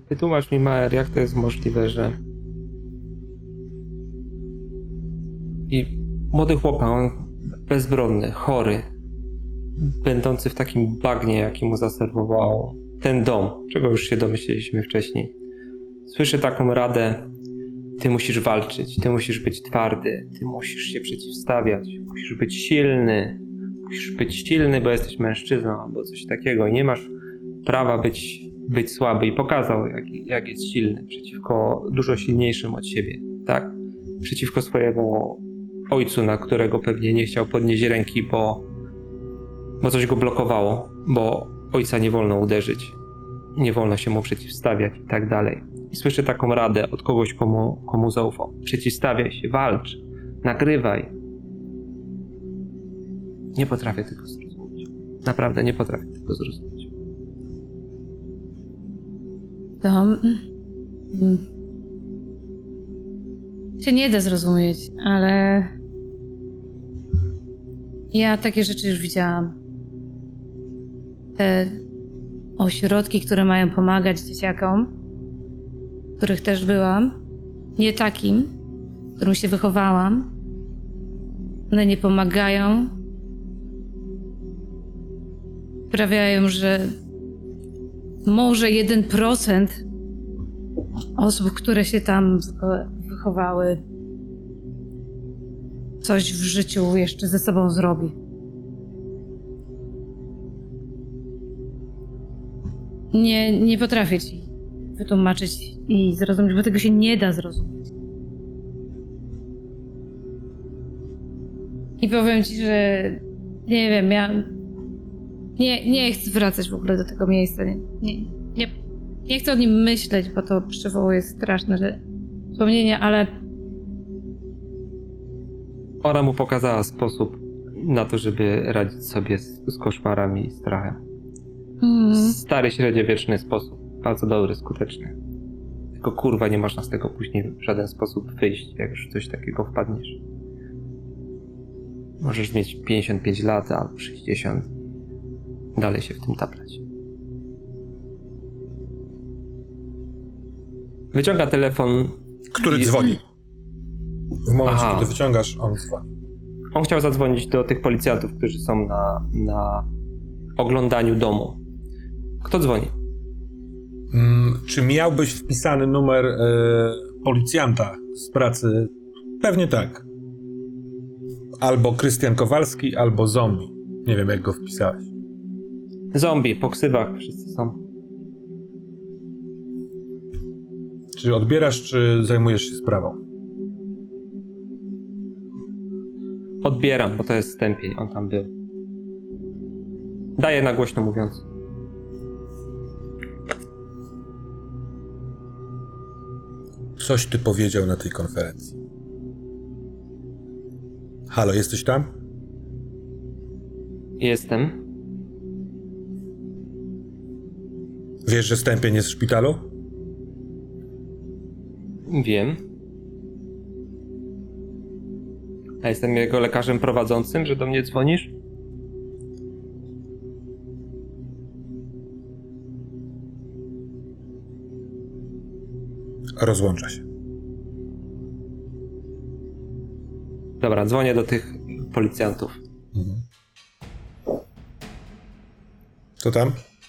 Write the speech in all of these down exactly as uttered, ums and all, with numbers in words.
wytłumacz mi, Maer, jak to jest możliwe, że... I młody chłopak, on bezbronny, chory, będący w takim bagnie, jaki mu zaserwował ten dom, czego już się domyśliliśmy wcześniej. Słyszę taką radę: ty musisz walczyć, ty musisz być twardy, ty musisz się przeciwstawiać, musisz być silny, musisz być silny, bo jesteś mężczyzną, albo coś takiego i nie masz prawa być, być słaby. I pokazał, jak, jak jest silny przeciwko dużo silniejszym od siebie, tak? Przeciwko swojemu ojcu, na którego pewnie nie chciał podnieść ręki, bo, bo coś go blokowało, bo ojca nie wolno uderzyć, nie wolno się mu przeciwstawiać i tak dalej. I słyszę taką radę od kogoś, komu, komu zaufał. Przeciwstawiaj się, walcz, nagrywaj. Nie potrafię tego zrozumieć. Naprawdę nie potrafię tego zrozumieć. To... Mm, się nie da zrozumieć, ale... Ja takie rzeczy już widziałam. Te ośrodki, które mają pomagać dzieciakom, w których też byłam, nie takim, w którym się wychowałam. One nie pomagają. Sprawiają, że może jeden procent osób, które się tam wychowały, coś w życiu jeszcze ze sobą zrobi. Nie, nie potrafię ci wytłumaczyć i zrozumieć, bo tego się nie da zrozumieć. I powiem ci, że nie wiem, ja nie, nie chcę wracać w ogóle do tego miejsca. Nie, nie, nie, nie chcę o nim myśleć, bo to przywołuje straszne że wspomnienia, ale... Ona mu pokazała sposób na to, żeby radzić sobie z, z koszmarami i strachem. Mm. Stary, średniowieczny sposób. Bardzo dobry, skuteczny. Tylko kurwa, nie można z tego później w żaden sposób wyjść, jak już w coś takiego wpadniesz. Możesz mieć pięćdziesiąt pięć lat albo sześćdziesiąt. Dalej się w tym taplać. Wyciąga telefon. Który i... dzwoni. W momencie, Aha. kiedy wyciągasz, on dzwoni. On chciał zadzwonić do tych policjantów, którzy są na, na oglądaniu domu. Kto dzwoni? Hmm, czy miałbyś wpisany numer e, policjanta z pracy? Pewnie tak. Albo Krystian Kowalski, albo Zombie. Nie wiem, jak go wpisałeś. Zombie, po ksywach wszyscy są. Czy odbierasz, czy zajmujesz się sprawą? Odbieram, bo to jest stępień, on tam był. Daję na głośno mówiąc. Coś ty powiedział na tej konferencji. Halo, jesteś tam? Jestem. Wiesz, że Stępień jest w szpitalu? Wiem. A jestem jego lekarzem prowadzącym, że do mnie dzwonisz? Rozłącza się. Dobra, dzwonię do tych policjantów. Mhm. Co tam?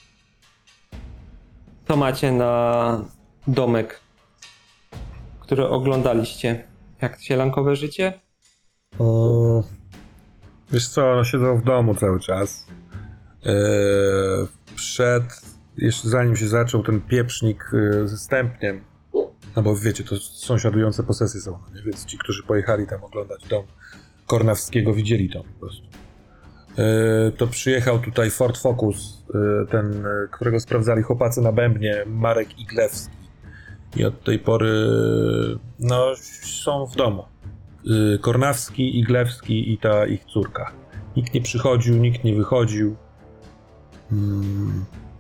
Co macie na domek, który oglądaliście? Jak sielankowe życie? O, wiesz co, no siedzą w domu cały czas. Eee, przed, jeszcze zanim się zaczął ten pieprznik e, ze Stępniem, no bo wiecie, to sąsiadujące posesje są, nie? Więc ci, którzy pojechali tam oglądać dom Kornawskiego, widzieli to po prostu. Eee, to przyjechał tutaj Ford Focus, e, ten, którego sprawdzali chłopacy na bębnie, Marek Iglewski. I od tej pory, no, są w domu. Kornawski, Iglewski i ta ich córka. Nikt nie przychodził, nikt nie wychodził. Hmm.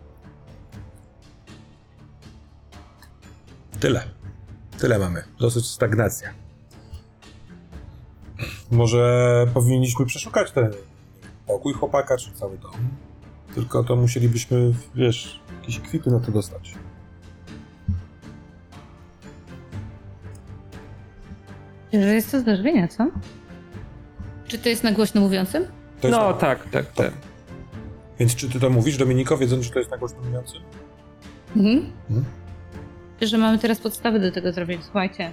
Tyle. Tyle mamy. Dosyć stagnacja. Może powinniśmy przeszukać ten pokój chłopaka, czy cały dom. Tylko to musielibyśmy, wiesz, jakieś kwity na to dostać. Że jest to zdarzenia, co? Czy to jest na głośno mówiącym? To jest No tak. tak, tak, tak. Więc czy ty to mówisz, Dominiko, wiedząc, że to jest na głośno mówiącym? Mhm. Mhm. Że mamy teraz podstawy do tego zrobić. Słuchajcie.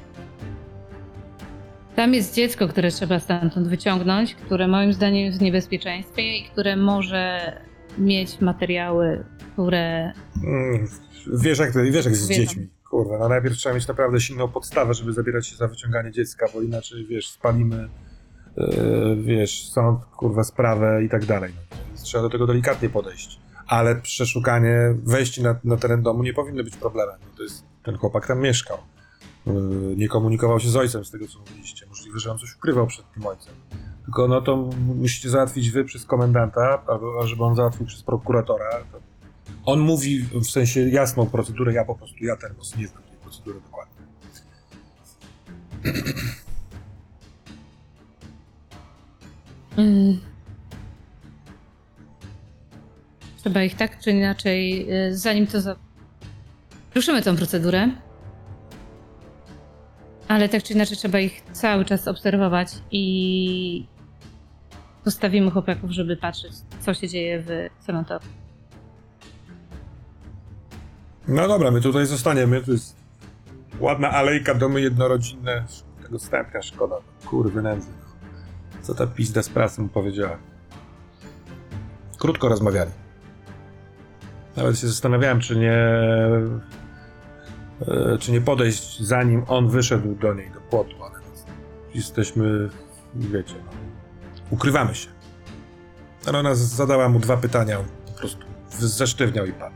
Tam jest dziecko, które trzeba stamtąd wyciągnąć, które moim zdaniem jest w niebezpieczeństwie i które może mieć materiały, które... Mm, wiesz jak, to, wiesz jak z Wiem. dziećmi. Kurwa, no najpierw trzeba mieć naprawdę silną podstawę, żeby zabierać się za wyciąganie dziecka, bo inaczej, wiesz, spalimy, yy, wiesz, sąd, kurwa, sprawę i tak dalej. No, więc trzeba do tego delikatnie podejść. Ale przeszukanie, wejście na, na teren domu nie powinno być problemem. No, to jest, ten chłopak tam mieszkał. Yy, nie komunikował się z ojcem, z tego co mówiliście. Możliwe, że on coś ukrywał przed tym ojcem. Tylko no to musicie załatwić wy przez komendanta, albo żeby on załatwił przez prokuratora. To on mówi w sensie jasną procedurę, ja po prostu, ja teraz nie znam tej procedury dokładnie. Mm. Trzeba ich tak czy inaczej, y, zanim to za... Ruszymy tą procedurę. Ale tak czy inaczej trzeba ich cały czas obserwować i postawimy chłopaków, żeby patrzeć, co się dzieje w cementowie. No dobra, my tutaj zostaniemy, to jest ładna alejka, domy jednorodzinne, tego stępnia szkoda, kurwy nędzy. Co ta pizda z pracy mu powiedziała? Krótko rozmawiali. Nawet się zastanawiałem, czy nie e, czy nie podejść, zanim on wyszedł do niej, do płotu, ale jesteśmy, wiecie, no, ukrywamy się. Ale ona zadała mu dwa pytania, on po prostu zesztywniał i padł.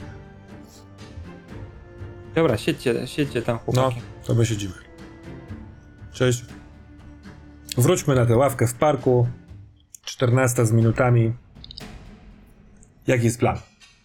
Dobra, siedźcie, siedźcie tam, No, chłopaki. to my siedzimy. Cześć. Wróćmy na tę ławkę w parku. czternasta z minutami. Jaki jest plan?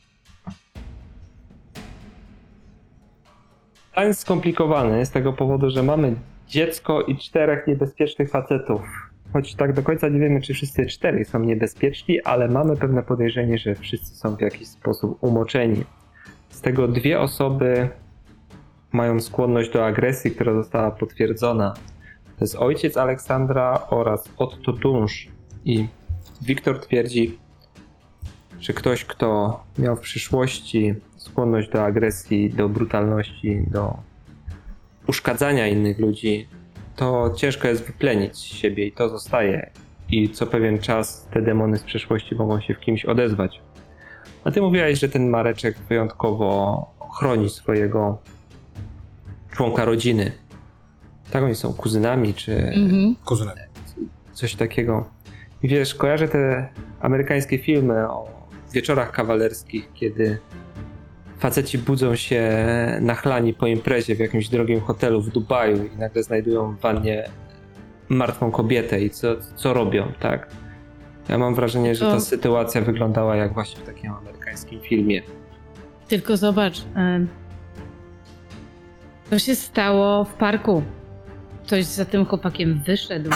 Plan jest skomplikowany z tego powodu, że mamy dziecko i czterech niebezpiecznych facetów. Choć tak do końca nie wiemy, czy wszyscy czterej są niebezpieczni, ale mamy pewne podejrzenie, że wszyscy są w jakiś sposób umoczeni. Z tego dwie osoby mają skłonność do agresji, która została potwierdzona. To jest ojciec Aleksandra oraz Otto Tunż. I Wiktor twierdzi, że ktoś, kto miał w przyszłości skłonność do agresji, do brutalności, do uszkadzania innych ludzi, to ciężko jest wyplenić z siebie i to zostaje. I co pewien czas te demony z przeszłości mogą się w kimś odezwać. A ty mówiłaś, że ten Mareczek wyjątkowo chroni swojego członka rodziny. Tak, oni są kuzynami, czy Mhm. Kuzynami. coś takiego. I wiesz, kojarzę te amerykańskie filmy o wieczorach kawalerskich, kiedy faceci budzą się nachlani po imprezie w jakimś drogim hotelu w Dubaju i nagle znajdują w wannie martwą kobietę i co, co robią, tak? Ja mam wrażenie, że ta To- sytuacja wyglądała jak właśnie w takim amerykańskim filmie. Tylko zobacz, em, to się stało w parku. Ktoś za tym chłopakiem wyszedł.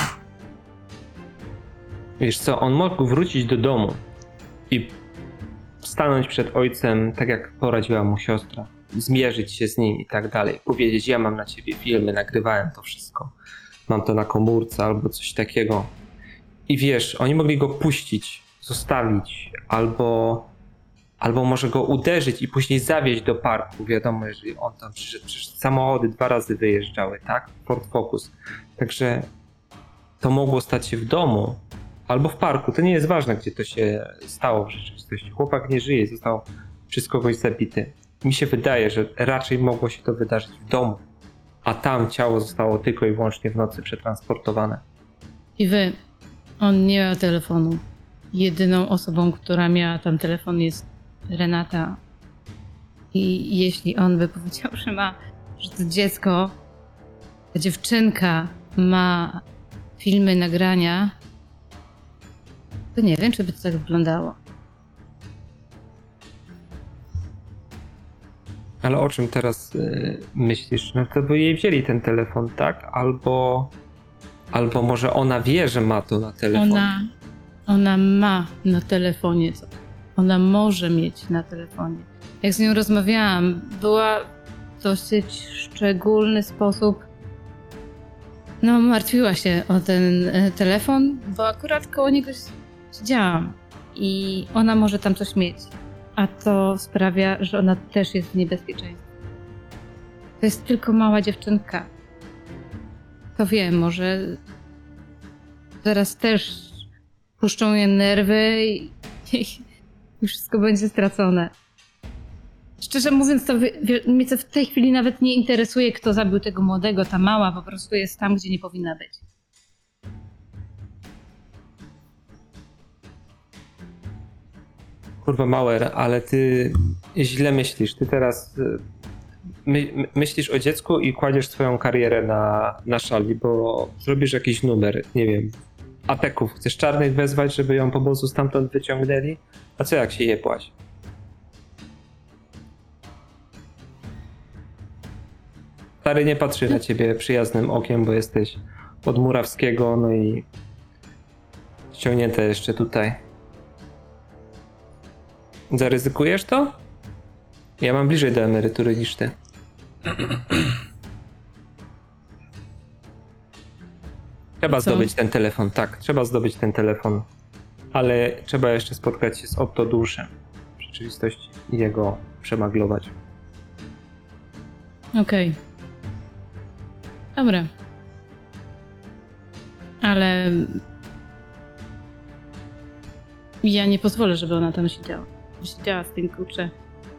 Wiesz co, on mógł wrócić do domu i stanąć przed ojcem, tak jak poradziła mu siostra, zmierzyć się z nim i tak dalej, powiedzieć, ja mam na ciebie filmy, nagrywałem to wszystko, mam to na komórce albo coś takiego. I wiesz, oni mogli go puścić, zostawić, albo, albo może go uderzyć i później zawieźć do parku, wiadomo, jeżeli on tam przyszedł, przecież samochody dwa razy wyjeżdżały, tak? Ford Focus. Także to mogło stać się w domu, albo w parku, to nie jest ważne, gdzie to się stało w rzeczywistości. Chłopak nie żyje, został przez kogoś zabity. Mi się wydaje, że raczej mogło się to wydarzyć w domu, a tam ciało zostało tylko i wyłącznie w nocy przetransportowane. I wy, on nie miał telefonu. Jedyną osobą, która miała tam telefon jest Renata. I jeśli on by powiedział, że ma, że to dziecko, ta dziewczynka ma filmy, nagrania, to nie wiem, czy by to tak wyglądało. Ale o czym teraz y, myślisz? No to by jej wzięli ten telefon, tak? Albo, albo może ona wie, że ma to na telefonie. Ona, ona ma na telefonie co? Ona może mieć na telefonie. Jak z nią rozmawiałam, była w dosyć szczególny sposób No, martwiła się o ten e, telefon, bo akurat koło niego siedziałam i ona może tam coś mieć, a to sprawia, że ona też jest w niebezpieczeństwie. To jest tylko mała dziewczynka. To wiem, może zaraz też puszczą je nerwy i, i wszystko będzie stracone. Szczerze mówiąc, to wie, wie, mnie to w tej chwili nawet nie interesuje, kto zabił tego młodego. Ta mała po prostu jest tam, gdzie nie powinna być. Kurwa Mauer, ale ty źle myślisz. Ty teraz y, my, my, myślisz o dziecku i kładziesz swoją karierę na, na szali, bo zrobisz jakiś numer, nie wiem, apeków. Chcesz czarnych wezwać, żeby ją po prostu stamtąd wyciągnęli? A co jak się jebłaś? Stary nie patrzy na ciebie przyjaznym okiem, bo jesteś od Murawskiego, no i ściągnięte jeszcze tutaj. Zaryzykujesz to? Ja mam bliżej do emerytury niż ty. Trzeba Co? zdobyć ten telefon, tak, trzeba zdobyć ten telefon. Ale trzeba jeszcze spotkać się z Otto Duszem w rzeczywistości i jego przemaglować. Okej. Dobra. Ale ja nie pozwolę, żeby ona tam siedziała. Siedziała z tym, kurczę,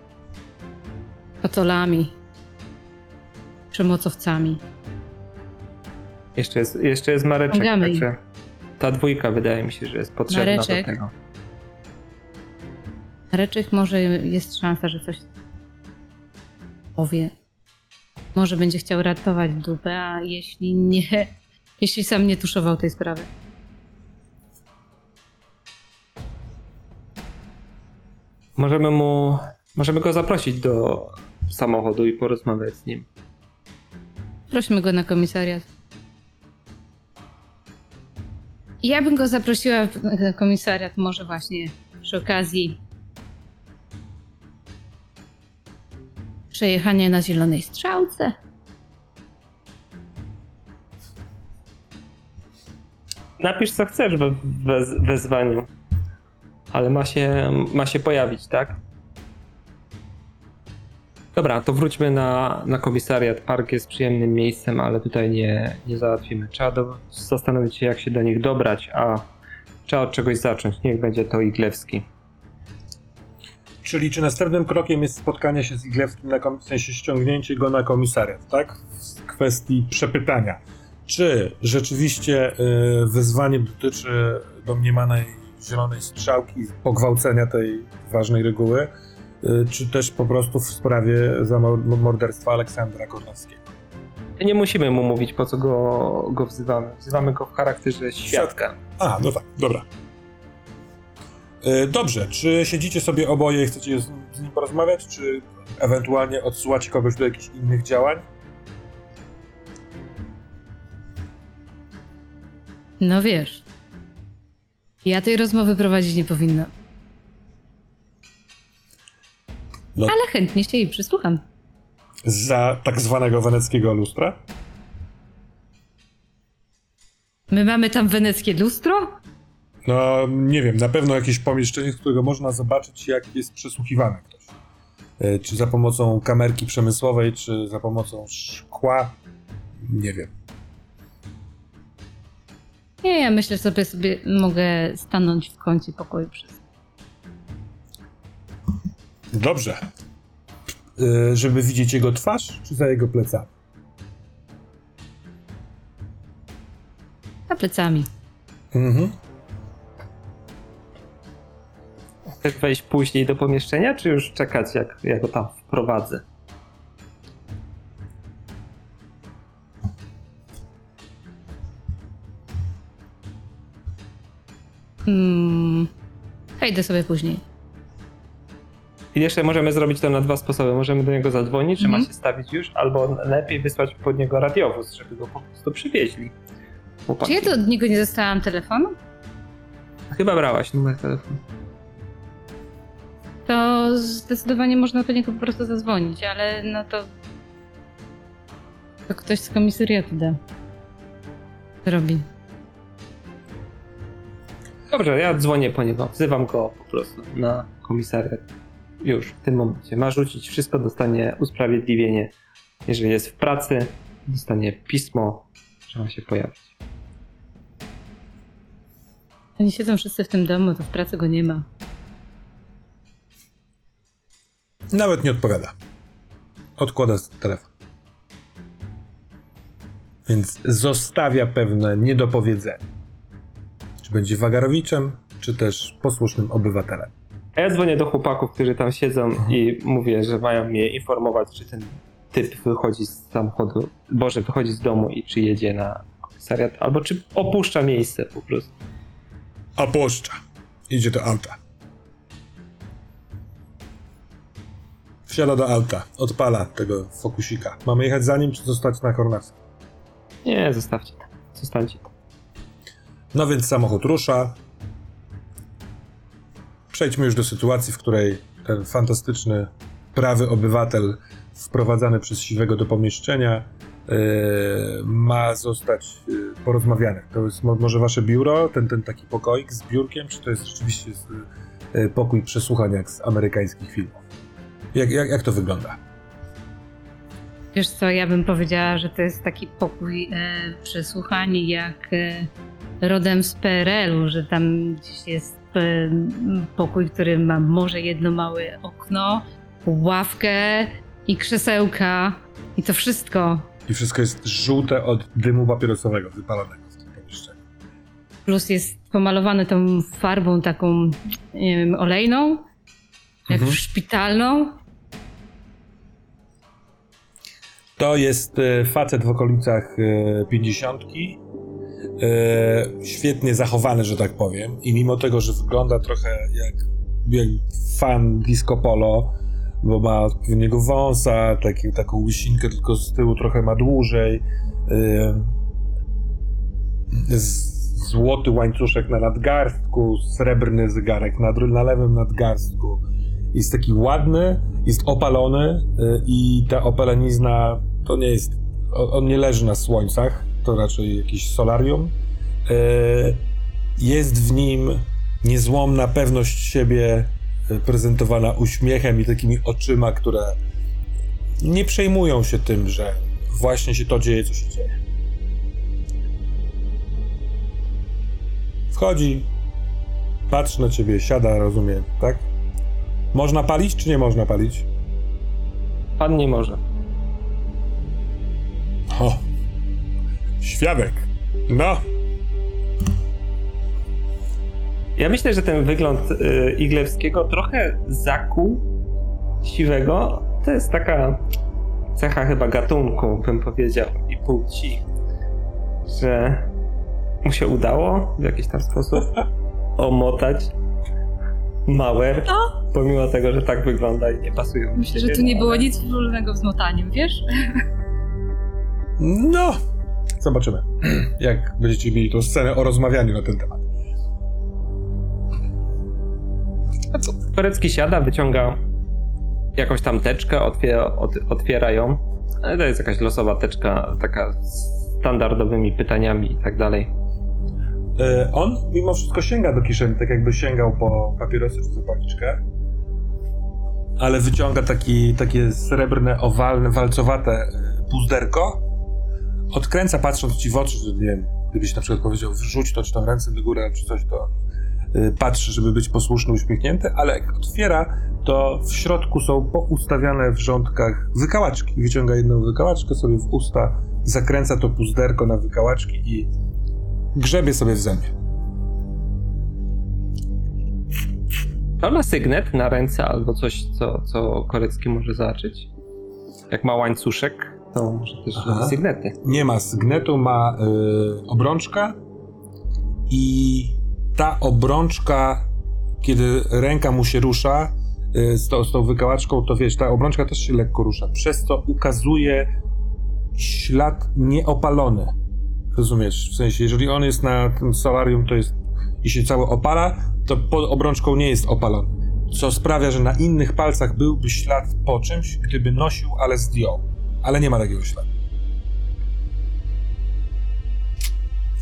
patolami, przemocowcami. Jeszcze jest, jeszcze jest Mareczek, Pomagamy im. także ta dwójka wydaje mi się, że jest potrzebna Mareczek. do tego. Mareczek może jest szansa, że coś powie. Może będzie chciał ratować dupę, a jeśli nie, jeśli sam nie tuszował tej sprawy. Możemy mu, możemy go zaprosić do samochodu i porozmawiać z nim. Prośmy go na komisariat. Ja bym go zaprosiła na komisariat może właśnie przy okazji przejechania na zielonej strzałce. Napisz co chcesz we wez wezwaniu, ale ma się, ma się pojawić, tak? Dobra, to wróćmy na, na komisariat. Park jest przyjemnym miejscem, ale tutaj nie, nie załatwimy. Trzeba do, zastanowić się, jak się do nich dobrać, a trzeba od czegoś zacząć. Niech będzie to Iglewski. Czyli czy następnym krokiem jest spotkanie się z Iglewskim, na kom- w sensie ściągnięcie go na komisariat, tak? W kwestii przepytania. Czy rzeczywiście y, wyzwanie dotyczy domniemanej zielonej strzałki, pogwałcenia tej ważnej reguły, y, czy też po prostu w sprawie zamor- morderstwa Aleksandra Kornowskiego? Nie musimy mu mówić, po co go, go wzywamy. Wzywamy go w charakterze świadka. A, no tak, dobra. Y, Dobrze, czy siedzicie sobie oboje i chcecie z, z nim porozmawiać, czy ewentualnie odsyłacie kogoś do jakichś innych działań? No wiesz, ja tej rozmowy prowadzić nie powinna. No. Ale chętnie się jej przysłucham. Za tak zwanego weneckiego lustra? My mamy tam weneckie lustro? No, nie wiem, na pewno jakieś pomieszczenie, z którego można zobaczyć, jak jest przesłuchiwany ktoś. E, Czy za pomocą kamerki przemysłowej, czy za pomocą szkła, nie wiem. Nie, ja myślę sobie, sobie mogę stanąć w kącie pokoju przez... Dobrze. E, Żeby widzieć jego twarz, czy za jego plecami? za plecami. Mhm. Chcesz wejść później do pomieszczenia, czy już czekać, jak ja go tam wprowadzę? Hmm. Wejdę sobie później. I jeszcze możemy zrobić to na dwa sposoby. Możemy do niego zadzwonić, że Mhm. ma się stawić już, albo lepiej wysłać pod niego radiowóz, żeby go po prostu przywieźli. Chłopaki. Czy ja to od niego nie dostałam telefonu? Chyba brałaś numer telefonu. To zdecydowanie można do niego po prostu zadzwonić, ale no to... To ktoś z komisariatu da. robi. Dobrze, ja dzwonię po niego, wzywam go po prostu na komisariat. Już w tym momencie. Ma rzucić wszystko, dostanie usprawiedliwienie. Jeżeli jest w pracy, dostanie pismo, że ma się pojawić. Oni siedzą wszyscy w tym domu, to w pracy go nie ma. Nawet nie odpowiada. Odkłada telefon. Więc zostawia pewne niedopowiedzenie. Czy będzie wagarowiczem, czy też posłusznym obywatelem. A ja dzwonię do chłopaków, którzy tam siedzą i mówię, że mają mnie informować, czy ten typ wychodzi z samochodu, Boże, wychodzi z domu i czy jedzie na komisariat, albo czy opuszcza miejsce po prostu. Opuszcza. Idzie do auta. Wsiada do auta. Odpala tego fokusika. Mamy jechać za nim, czy zostać na koronację? Nie, zostawcie to. Zostańcie to. No więc samochód rusza. Przejdźmy już do sytuacji, w której ten fantastyczny, prawy obywatel wprowadzany przez siwego do pomieszczenia yy, ma zostać yy, porozmawiany. To jest mo- może wasze biuro, ten, ten taki pokoik z biurkiem, czy to jest rzeczywiście yy, pokój przesłuchań jak z amerykańskich filmów? Jak, jak, jak to wygląda? Wiesz co, ja bym powiedziała, że to jest taki pokój e, przesłuchań jak e, rodem z P R L u, że tam gdzieś jest e, pokój, który ma może jedno małe okno, ławkę i krzesełka i to wszystko. I wszystko jest żółte od dymu papierosowego wypalonego w tym pomieszczeniu. Plus jest pomalowane tą farbą taką nie wiem, olejną, jak Mhm. szpitalną. To jest e, facet w okolicach e, pięćdziesiątki. E, świetnie zachowany, że tak powiem. I mimo tego, że wygląda trochę jak, jak fan disco polo, bo ma odpowiedniego wąsa, taki, taką łysinkę, tylko z tyłu trochę ma dłużej. E, z, złoty łańcuszek na nadgarstku, srebrny zegarek na, na lewym nadgarstku. Jest taki ładny, jest opalony yy, i ta opalenizna to nie jest, on, on nie leży na słońcach, to raczej jakiś solarium. Yy, jest w nim niezłomna pewność siebie, yy, prezentowana uśmiechem i takimi oczyma, które nie przejmują się tym, że właśnie się to dzieje, co się dzieje. Wchodzi, patrzy na ciebie, siada, rozumiem, tak? Można palić, czy nie można palić? Pan nie może. O, świadek. No. Ja myślę, że ten wygląd y, Iglewskiego trochę zakuł siwego. To jest taka cecha chyba gatunku, bym powiedział, i płci, że mu się udało w jakiś tam sposób omotać Mauer, pomimo tego, że tak wygląda i nie pasują. Myślę, że tu nie było nic wspólnego z motaniem, wiesz? No. Zobaczymy, jak będziecie mieli tą scenę o rozmawianiu na ten temat. Korecki siada, wyciąga jakąś tam teczkę, otwiera, ot, otwiera ją. Ale to jest jakaś losowa teczka, taka z standardowymi pytaniami i tak dalej. E, on mimo wszystko sięga do kieszeni, tak jakby sięgał po papierosy czy zapalniczkę. Ale wyciąga taki, takie srebrne, owalne, walcowate puzderko. Odkręca, patrząc ci w oczy, że nie wiem, gdybyś na przykład powiedział wrzuć to, czy tam ręce do góry, czy coś, to y, patrzy, żeby być posłuszny, uśmiechnięty, ale jak otwiera, to w środku są poustawiane w rządkach wykałaczki. Wyciąga jedną wykałaczkę sobie w usta, zakręca to puzderko na wykałaczki i grzebie sobie w zębie. On ma sygnet na ręce albo coś, co, co Korecki może zobaczyć. Jak ma łańcuszek, to może też Aha. sygnety. Nie ma sygnetu, ma y, obrączka i ta obrączka, kiedy ręka mu się rusza y, z, to, z tą wykałaczką, to wiesz, ta obrączka też się lekko rusza, przez co ukazuje ślad nieopalony. Rozumiesz? W sensie, jeżeli on jest na tym solarium, to jest i się cały opala, to pod obrączką nie jest opalony. Co sprawia, że na innych palcach byłby ślad po czymś, gdyby nosił, ale zdjął. Ale nie ma takiego śladu.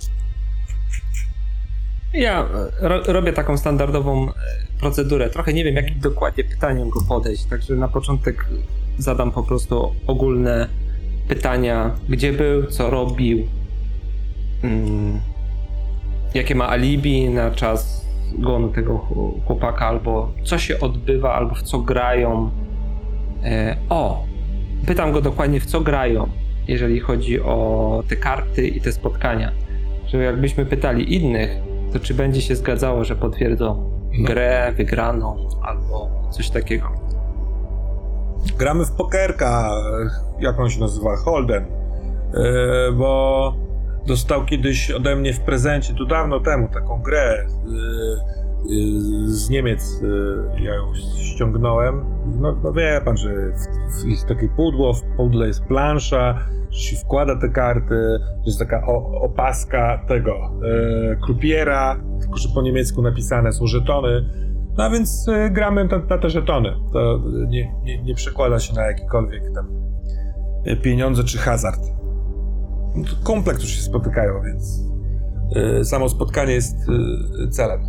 Ja ro, robię taką standardową procedurę. Trochę nie wiem, jakim dokładnie pytaniem go podejść, także na początek zadam po prostu ogólne pytania, gdzie był, co robił, mm, jakie ma alibi na czas zgonu tego chłopaka, albo co się odbywa, albo w co grają. E, o! Pytam go dokładnie, w co grają, jeżeli chodzi o te karty i te spotkania. Że jakbyśmy pytali innych, to czy będzie się zgadzało, że potwierdzą grę, wygraną, albo coś takiego. Gramy w pokerka, jak on się nazywa, Holden, yy, bo dostał kiedyś ode mnie w prezencie, tu dawno temu, taką grę yy, yy, z Niemiec, yy, ja ją ściągnąłem. No, no wie pan, że w, w, jest takie pudło, w pudle jest plansza, że się wkłada te karty, że jest taka o, opaska tego yy, krupiera, tylko że po niemiecku napisane są żetony. No a więc y, gramy na, na te żetony. To nie, nie, nie przekłada się na jakiekolwiek tam y, pieniądze czy hazard. No, to kompleks już się spotykają, więc y, samo spotkanie jest y, celem.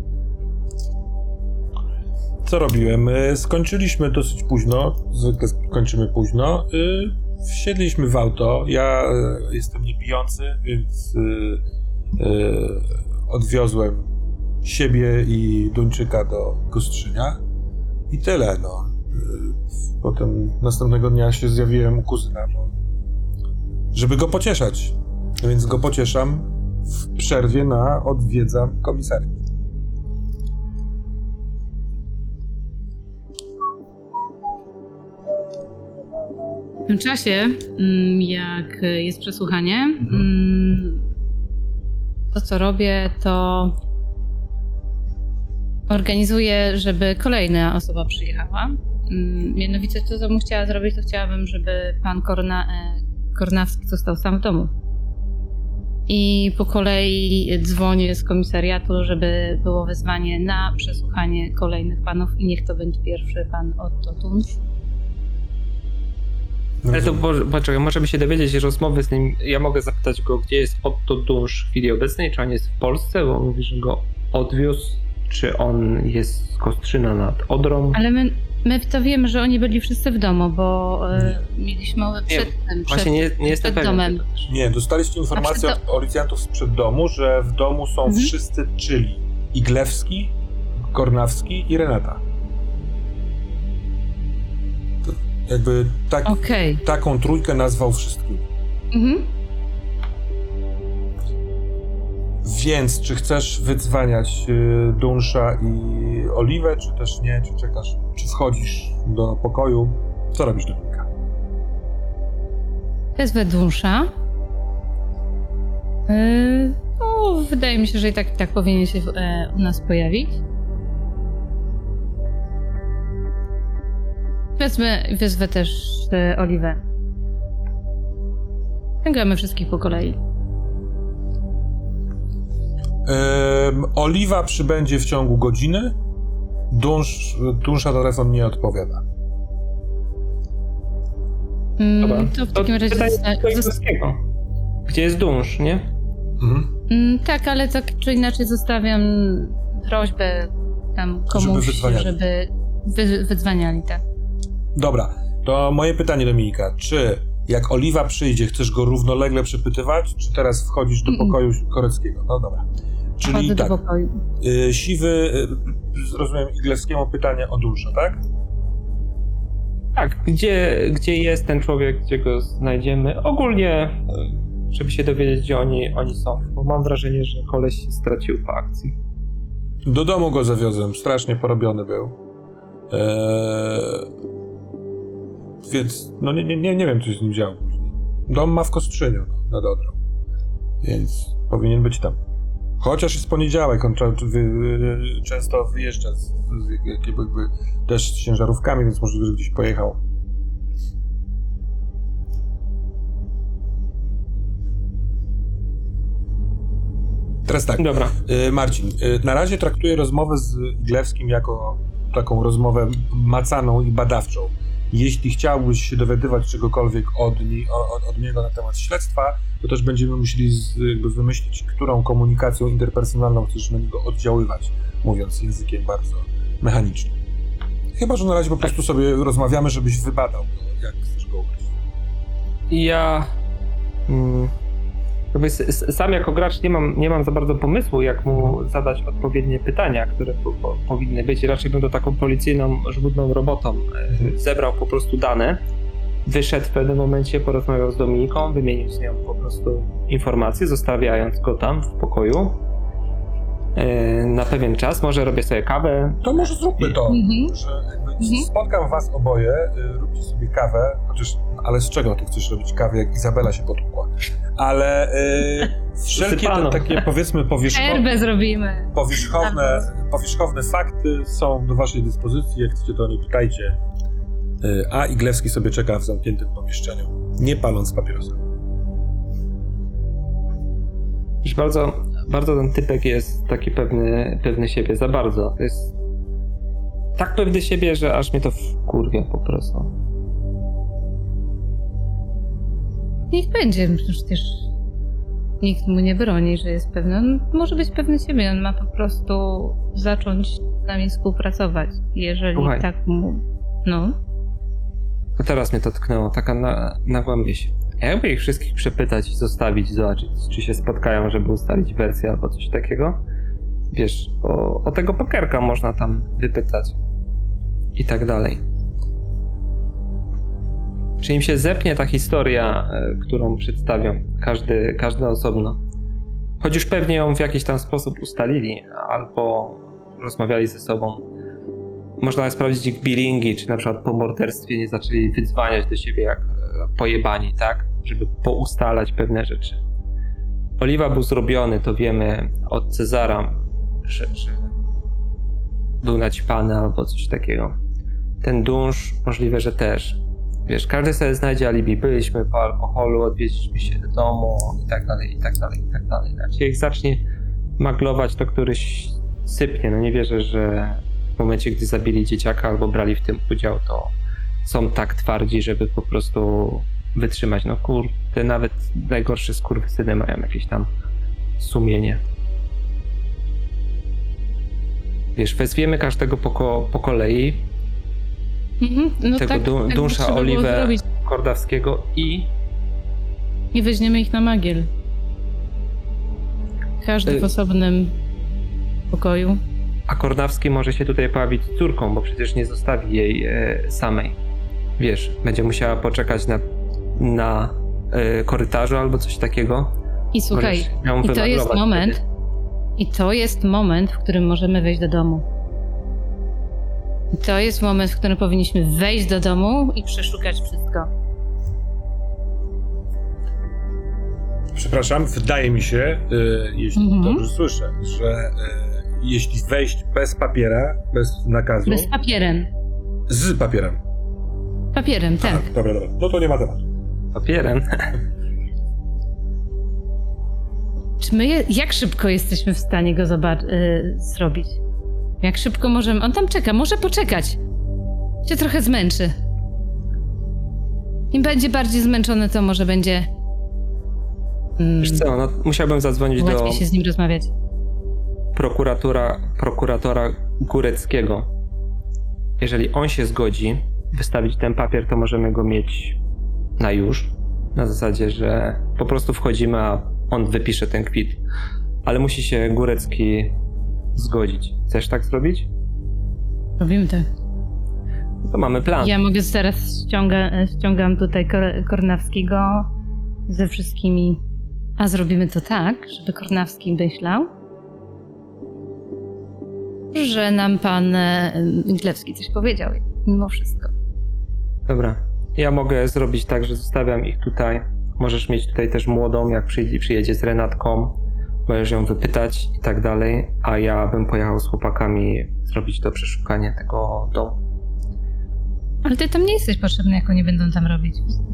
Co robiłem? Y, skończyliśmy dosyć późno, zwykle kończymy późno. Y, wsiedliśmy w auto. Ja y, jestem niepijący, więc y, y, odwiozłem siebie i Duńczyka do Kostrzynia i tyle, no. Potem następnego dnia się zjawiłem u kuzyna, bo, żeby go pocieszać, więc go pocieszam w przerwie na odwiedzam komisariat. W tym czasie, mm, jak jest przesłuchanie, mm, to co robię, to organizuję, żeby kolejna osoba przyjechała. Mm, Mianowicie to, co bym chciała zrobić, to chciałabym, żeby pan Korna, e, Kornawski został sam w domu. I po kolei dzwonię z komisariatu, żeby było wezwanie na przesłuchanie kolejnych panów i niech to będzie pierwszy pan Otto Tunś. Ale to bo- poczekaj, możemy się dowiedzieć rozmowy z nim. Ja mogę zapytać go, gdzie jest Otto Dunsz w chwili obecnej, czy on jest w Polsce, bo on mówi, że go odwiózł, czy on jest z Kostrzyna nad Odrą. Ale my, my to wiemy, że oni byli wszyscy w domu, bo e, mieliśmy przed tym, przed, Właśnie nie, nie jestem przed pewien domem. tego też. Nie, dostaliście informację A od przed policjantów sprzed domu, że w domu są Mhm. wszyscy, czyli Iglewski, Kornawski i Renata. To jakby tak, Okej. taką trójkę nazwał wszystkimi. Mhm. Więc czy chcesz wydzwaniać y, Dunsza i Oliwę, czy też nie? Czy czekasz? Czy wchodzisz do pokoju? Co robisz, Dominika? Wezwę Dunsza. Yy, no, wydaje mi się, że i tak, i tak powinien się e, u nas pojawić. Wezmę, wezwę też e, Oliwę. Gramy wszystkich po kolei. Ym, Oliwa przybędzie w ciągu godziny. Dunsz, Dunsza telefon nie odpowiada. Mm, Dobra, to w takim razie... pytanie zosta- do zosta- Iglewskiego. Gdzie jest Dunsz, nie? Mhm. mm, tak, ale tak czy inaczej zostawiam prośbę tam komuś, wydzwaniali. żeby wy, wydzwaniali, tak. Dobra, to moje pytanie, Dominika. Czy jak Oliwa przyjdzie, chcesz go równolegle przepytywać, czy teraz wchodzisz do Mm-mm. pokoju Koreckiego? No dobra. Czyli Chodzę tak, do pokoju. y, Siwy, y, rozumiem, Iglewskiemu pytanie o Dunsza, tak? Tak, gdzie, gdzie jest ten człowiek, gdzie go znajdziemy? Ogólnie, y, żeby się dowiedzieć, gdzie oni, oni są. Bo mam wrażenie, że koleś się stracił po akcji. Do domu go zawiozłem, strasznie porobiony był. Eee, więc, no nie, nie, nie wiem, co się z nim działo później. Dom ma w Kostrzyniu, no, nad Odrą. Więc powinien być tam. Chociaż jest poniedziałek, on cza- wy, często wyjeżdża z, z, z, jakby, też z ciężarówkami, więc możliwe, że gdzieś pojechał. Teraz tak. Dobra. Y, Marcin, y, na razie traktuję rozmowę z Iglewskim jako taką rozmowę macaną i badawczą. Jeśli chciałbyś się dowiadywać czegokolwiek od, ni- od, od niego na temat śledztwa, to też będziemy musieli z, jakby wymyślić, którą komunikacją interpersonalną chcesz na niego oddziaływać, mówiąc językiem bardzo mechanicznym. Chyba że na razie po prostu sobie rozmawiamy, żebyś wybadał go, jak chcesz go ugryźć. Ja mm, jakby s- s- sam jako gracz nie mam, nie mam za bardzo pomysłu, jak mu zadać odpowiednie pytania, które po, po, powinny być. Raczej bym to taką policyjną, żmudną robotą e, zebrał po prostu dane, wyszedł w pewnym momencie, porozmawiał z Dominiką, wymienił z nią po prostu informacje, zostawiając go tam w pokoju e, na pewien czas. Może robię sobie kawę. To może zróbmy to, Mhm. że jakby Mhm. spotkam was oboje, y, róbcie sobie kawę, chociaż, ale z czego ty chcesz robić kawę, jak Izabela się potłukła? Ale y, wszelkie te, Sypano. takie, powiedzmy, powierzchowne, Herbę zrobimy. powierzchowne, powierzchowne fakty są do waszej dyspozycji, jak chcecie, to nie pytajcie. Y, a Iglewski sobie czeka w zamkniętym pomieszczeniu, nie paląc papierosa. Już bardzo, bardzo ten typek jest taki pewny, pewny siebie, za bardzo. To jest tak pewny siebie, że aż mnie to wkurwia po prostu. Niech będzie, przecież nikt mu nie broni, że jest pewny. On może być pewny siebie, on ma po prostu zacząć z nami współpracować. Jeżeli Słuchaj. tak mu... No. To teraz mnie to tknęło, taka na, nagła myśl. Jakby ich wszystkich przepytać i zostawić, zobaczyć, czy się spotkają, żeby ustalić wersję albo coś takiego. Wiesz, o, o tego pokerka można tam wypytać. I tak dalej. Czy im się zepnie ta historia, e, którą przedstawią, każdy, każdy osobno. Choć już pewnie ją w jakiś tam sposób ustalili, albo rozmawiali ze sobą. Można sprawdzić ich billingi, czy na przykład po morderstwie nie zaczęli wydzwaniać do siebie jak e, pojebani, tak? Żeby poustalać pewne rzeczy. Oliwa był zrobiony, to wiemy od Cezara, że, że był naćpany albo coś takiego. Ten Dunsz możliwe, że też. Wiesz, każdy sobie znajdzie alibi. Byliśmy po alkoholu, odwiedziliśmy się do domu i tak dalej, i tak dalej, i tak dalej. Znaczy, jak zacznie maglować, to któryś sypnie. No nie wierzę, że w momencie, gdy zabili dzieciaka albo brali w tym udział, to są tak twardzi, żeby po prostu wytrzymać. No kurde, nawet najgorsze skurwysyny mają jakieś tam sumienie. Wiesz, wezwiemy każdego po, ko- po kolei, Mhm. No tego tak, du- tak by Dunsza, trzeba było Oliwę, zrobić. Kordawskiego i I weźmiemy ich na magiel. Każdy Y- w osobnym pokoju. a Kornawski może się tutaj pojawić z córką, bo przecież nie zostawi jej e, samej. Wiesz, będzie musiała poczekać na, na e, korytarzu albo coś takiego. I słuchaj, Możesz ją i to jest wymaglować moment, wtedy. i to jest moment, w którym możemy wejść do domu. I to jest moment, w którym powinniśmy wejść do domu i przeszukać wszystko. Przepraszam, wydaje mi się, y, jeśli Mhm. dobrze słyszę, że y, jeśli wejść bez papiera, bez nakazu, Z papierem. z papierem. Papierem, tak. A, dobra, dobra, no to nie ma tematu. Papierem. Czy my, je, jak szybko jesteśmy w stanie go zobac- y, zrobić? Jak szybko możemy... On tam czeka, może poczekać. Się trochę zmęczy. Im będzie bardziej zmęczony, to może będzie... Mm, Wiesz co, no, musiałbym zadzwonić do łatwiej się z nim rozmawiać. prokuratora, prokuratora Góreckiego. Jeżeli on się zgodzi wystawić ten papier, to możemy go mieć na już. Na zasadzie, że po prostu wchodzimy, a on wypisze ten kwit. Ale musi się Górecki zgodzić. Chcesz tak zrobić? Robimy tak. To mamy plan. Ja mogę teraz ściąga, ściągam tutaj Kor- Kornawskiego ze wszystkimi. A zrobimy to tak, żeby Kornawski myślał, że nam pan e, Iglewski coś powiedział, mimo wszystko. Dobra. Ja mogę zrobić tak, że zostawiam ich tutaj. Możesz mieć tutaj też młodą, jak przyjedzie, przyjedzie z Renatką. Możesz ją wypytać i tak dalej. A ja bym pojechał z chłopakami zrobić to przeszukanie tego domu. Ale ty tam nie jesteś potrzebny, jak oni będą tam robić.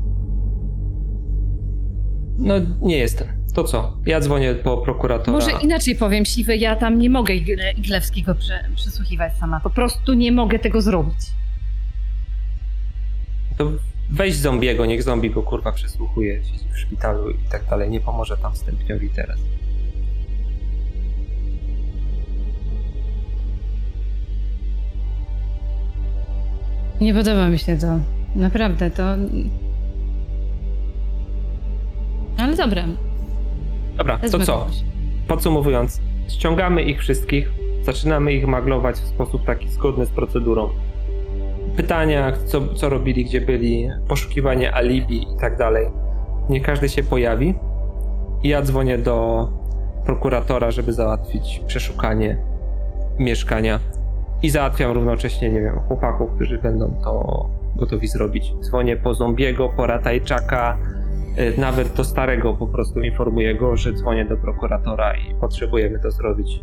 No nie jestem. To co? Ja dzwonię po prokuratora. Może inaczej powiem, Siwy, ja tam nie mogę Igle- Iglewskiego prze, przesłuchiwać sama. Po prostu nie mogę tego zrobić. weź zombiego, niech zombie go kurwa przesłuchuje, siedzi w szpitalu i tak dalej. Nie pomoże tam stępniowi teraz. Nie podoba mi się to. Naprawdę, to... Ale dobra. Dobra, to co? zgadzam się. Podsumowując, ściągamy ich wszystkich, zaczynamy ich maglować w sposób taki zgodny z procedurą. Pytania, co, co robili, gdzie byli, poszukiwanie alibi i tak dalej. Niech każdy się pojawi. I ja dzwonię do prokuratora, żeby załatwić przeszukanie mieszkania. I załatwiam równocześnie, nie wiem, chłopaków, którzy będą to gotowi zrobić. Dzwonię po zombiego, po ratajczaka, yy, nawet do starego po prostu informuję go, że dzwonię do prokuratora i potrzebujemy to zrobić.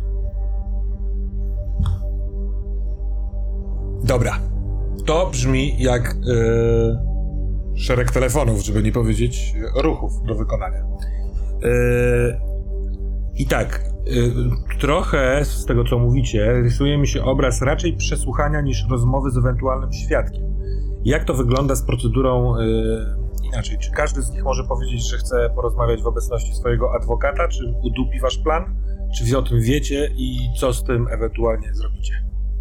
Dobra. To brzmi jak yy, szereg telefonów, żeby nie powiedzieć yy, ruchów do wykonania. Yy, I tak, yy, trochę z tego, co mówicie, rysuje mi się obraz raczej przesłuchania niż rozmowy z ewentualnym świadkiem. Jak to wygląda z procedurą yy, inaczej? Czy każdy z nich może powiedzieć, że chce porozmawiać w obecności swojego adwokata? Czy udupi wasz plan? Czy wy o tym wiecie i co z tym ewentualnie zrobicie?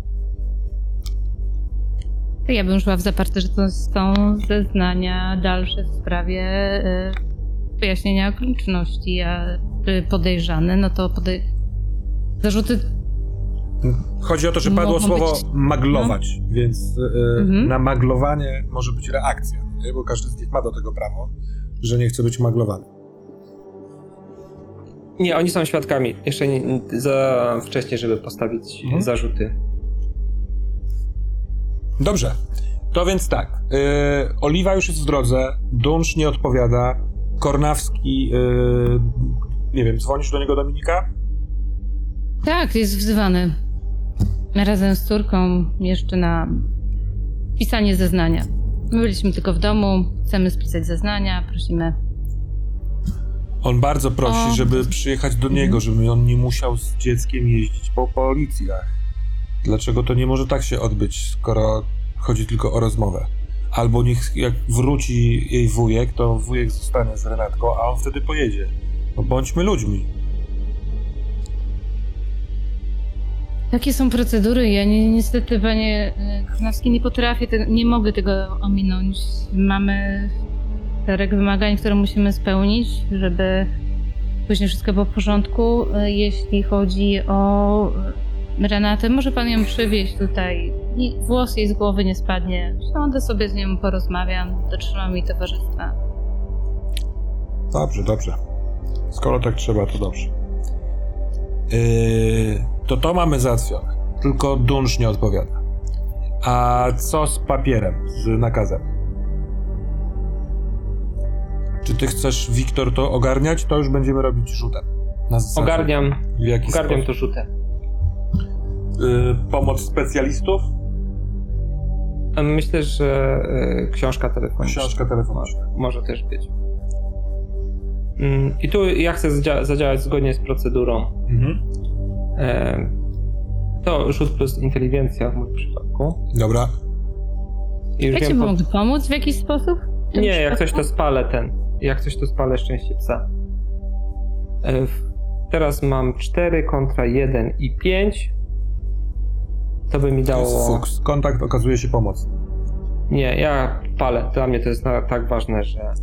To ja bym szła w zaparte, że to są zeznania dalsze w sprawie y, wyjaśnienia okoliczności, a y, podejrzany, no to podej... zarzuty... Chodzi o to, że padło Mogą słowo być- maglować, więc yy, Mhm. na maglowanie może być reakcja, nie? Bo każdy z nich ma do tego prawo, że nie chce być maglowany. Nie, oni są świadkami. Jeszcze nie, za wcześnie, żeby postawić Mhm. zarzuty. Dobrze, to więc tak. Yy, Oliwa już jest w drodze, Dunsz nie odpowiada, Kornawski, yy, nie wiem, dzwonisz do niego, Dominika? Tak, jest wzywany. Razem z córką jeszcze na pisanie zeznania. My byliśmy tylko w domu, chcemy spisać zeznania, prosimy. On bardzo prosi, O. żeby przyjechać do niego, żeby on nie musiał z dzieckiem jeździć po policjach. Dlaczego to nie może tak się odbyć, skoro chodzi tylko o rozmowę? Albo niech jak wróci jej wujek, to wujek zostanie z Renatką, a on wtedy pojedzie. No bądźmy ludźmi. Takie są procedury. Ja ni- niestety, panie e, Kornawski, nie potrafię, te, nie mogę tego ominąć. Mamy szereg wymagań, które musimy spełnić, żeby później wszystko było w porządku. E, Jeśli chodzi o e, Renatę, może pan ją przywieźć tutaj i włos jej z głowy nie spadnie. Siądę sobie z nią, porozmawiam, dotrzymam jej towarzystwa. Dobrze, dobrze. Skoro tak trzeba, to dobrze. Yy, to to mamy załatwione. Tylko Dunsz nie odpowiada. A co z papierem, z nakazem? Czy ty chcesz, Wiktor, to ogarniać? To już będziemy robić rzutem. Na zasadzie. Ogarniam, W jaki ogarniam sposób? to rzutem. Yy, pomoc specjalistów? Myślę, że y, książka telefoniczna. Książka telefoniczna. Może też być. Mm, I tu ja chcę zdzia- zadziałać zgodnie z procedurą. Mhm. E, to rzut plus inteligencja w moim przypadku. Dobra. I już Ja ci wiem, po- mogę pomóc w jakiś sposób? w tym Nie, jak przypadku? coś to spalę ten. Jak coś to spalę szczęście psa. E, w- teraz mam cztery kontra jeden i pięć. To by mi To jest dało... fuks. Kontakt okazuje się pomocny. Nie, ja palę. Dla mnie to jest na, tak ważne, że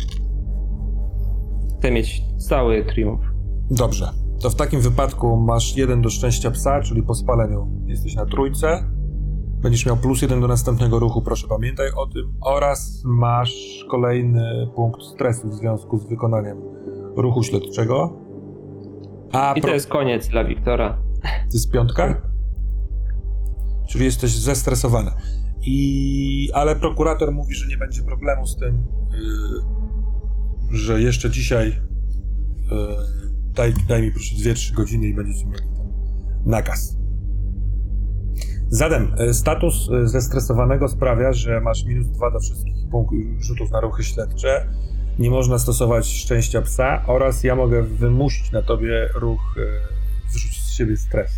chcę mieć cały triumf. Dobrze. To w takim wypadku masz jeden do szczęścia psa, czyli po spaleniu jesteś na trójce. Będziesz miał plus jeden do następnego ruchu, proszę pamiętaj o tym. Oraz masz kolejny punkt stresu w związku z wykonaniem ruchu śledczego. A I to pro... jest koniec dla Wiktora. to jest piątka? Czyli jesteś zestresowany. I... Ale prokurator mówi, że nie będzie problemu z tym, yy, że jeszcze dzisiaj yy, daj, daj mi proszę dwie trzy godziny i będziecie mieli ten nakaz. Zatem yy, status yy, zestresowanego sprawia, że masz minus dwa do wszystkich punktów rzutów na ruchy śledcze. Nie można stosować szczęścia psa oraz ja mogę wymusić na tobie ruch, yy, wyrzucić z siebie stres.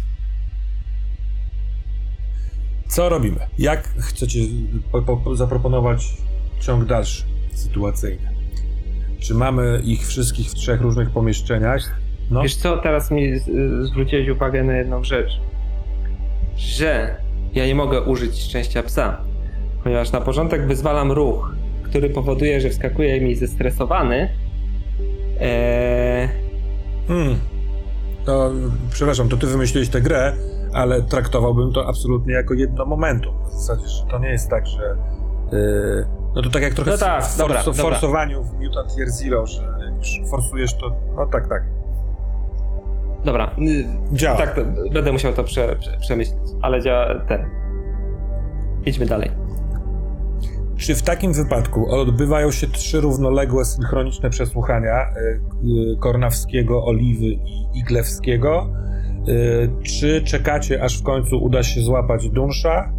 Co robimy? Jak chcecie po, po, zaproponować ciąg dalszy, sytuacyjny. Czy mamy ich wszystkich w trzech różnych pomieszczeniach? No. Wiesz co, teraz mi z- zwróciłeś uwagę na jedną rzecz. Że ja nie mogę użyć szczęścia psa, ponieważ na początek wyzwalam ruch, który powoduje, że wskakuje mi zestresowany. Eee, Hmm. To, przepraszam, to ty wymyśliłeś tę grę, ale traktowałbym to absolutnie jako jedno momentum. W zasadzie, że to nie jest tak, że... Yy, no to tak jak trochę No tak, w, dobra, forso- dobra. forsowaniu w Mutant Year Zero, że jak już forsujesz to... No tak, tak. dobra, y, Działa. tak, to, będę musiał to prze, prze, przemyśleć, ale działa ten. Idźmy dalej. Czy w takim wypadku odbywają się trzy równoległe, synchroniczne przesłuchania y, y, Kornawskiego, Oliwy i Iglewskiego? Y, czy czekacie, aż w końcu uda się złapać Dunsza?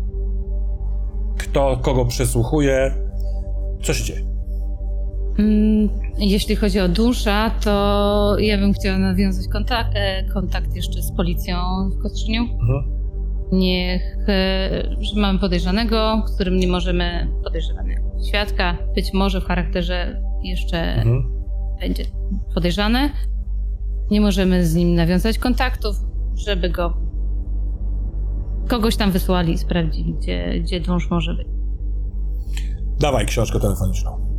Kto kogo przesłuchuje? Co się dzieje? Mm, jeśli chodzi o Dunsza, to ja bym chciała nawiązać kontakt, e, kontakt jeszcze z policją w Kostrzyniu. Mhm. Niech, e, że mamy podejrzanego, z którym nie możemy, podejrzanego świadka, być może w charakterze jeszcze Mhm. będzie podejrzany. Nie możemy z nim nawiązać kontaktów, żeby go kogoś tam wysłali i sprawdzili, gdzie, gdzie Dunsz może być. Dawaj książkę telefoniczną.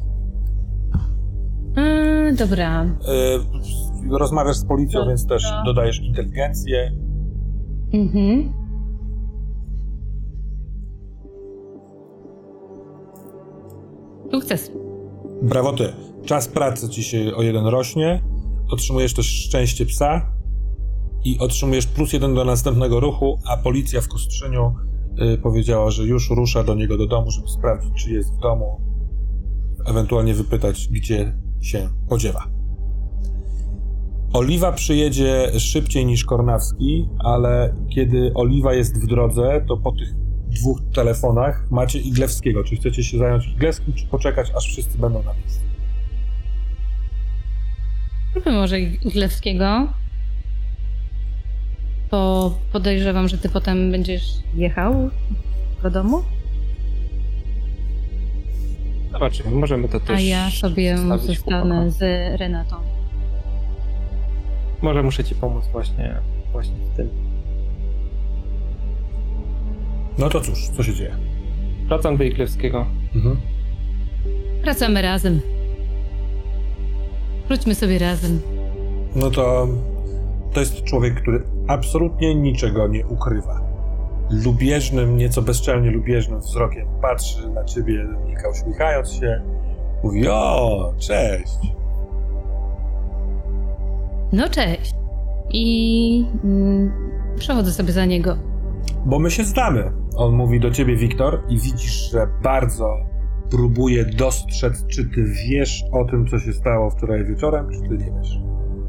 E, dobra. Y, rozmawiasz z policją, To- więc też to- dodajesz inteligencję. Mhm. Sukces. Brawo ty. Czas pracy ci się o jeden rośnie, otrzymujesz też szczęście psa i otrzymujesz plus jeden do następnego ruchu, a policja w Kostrzyniu y, powiedziała, że już rusza do niego do domu, żeby sprawdzić, czy jest w domu, ewentualnie wypytać, gdzie się podziewa. Oliwa przyjedzie szybciej niż Kornawski, ale kiedy Oliwa jest w drodze, to po tych dwóch telefonach macie Iglewskiego. Czy chcecie się zająć Iglewskim, czy poczekać, aż wszyscy będą na miejscu? Zróbmy może Iglewskiego. Bo podejrzewam, że ty potem będziesz jechał do domu, Zobaczymy, możemy to też a ja sobie zostawić zostanę chłopakom. z Renatą. Może muszę ci pomóc właśnie, właśnie w tym. No to cóż, co się dzieje? Wracam do Iglewskiego. Mhm. Wracamy razem. Wróćmy sobie razem. No to to jest człowiek, który absolutnie niczego nie ukrywa. Lubieżnym, nieco bezczelnie lubieżnym wzrokiem patrzy na ciebie, Dominika, uśmiechając się. Mówi: o, cześć. No cześć. I mm, przechodzę sobie za niego. Bo my się znamy. On mówi do ciebie, Wiktor, i widzisz, że bardzo próbuje dostrzec, czy ty wiesz o tym, co się stało wczoraj wieczorem, czy ty nie wiesz.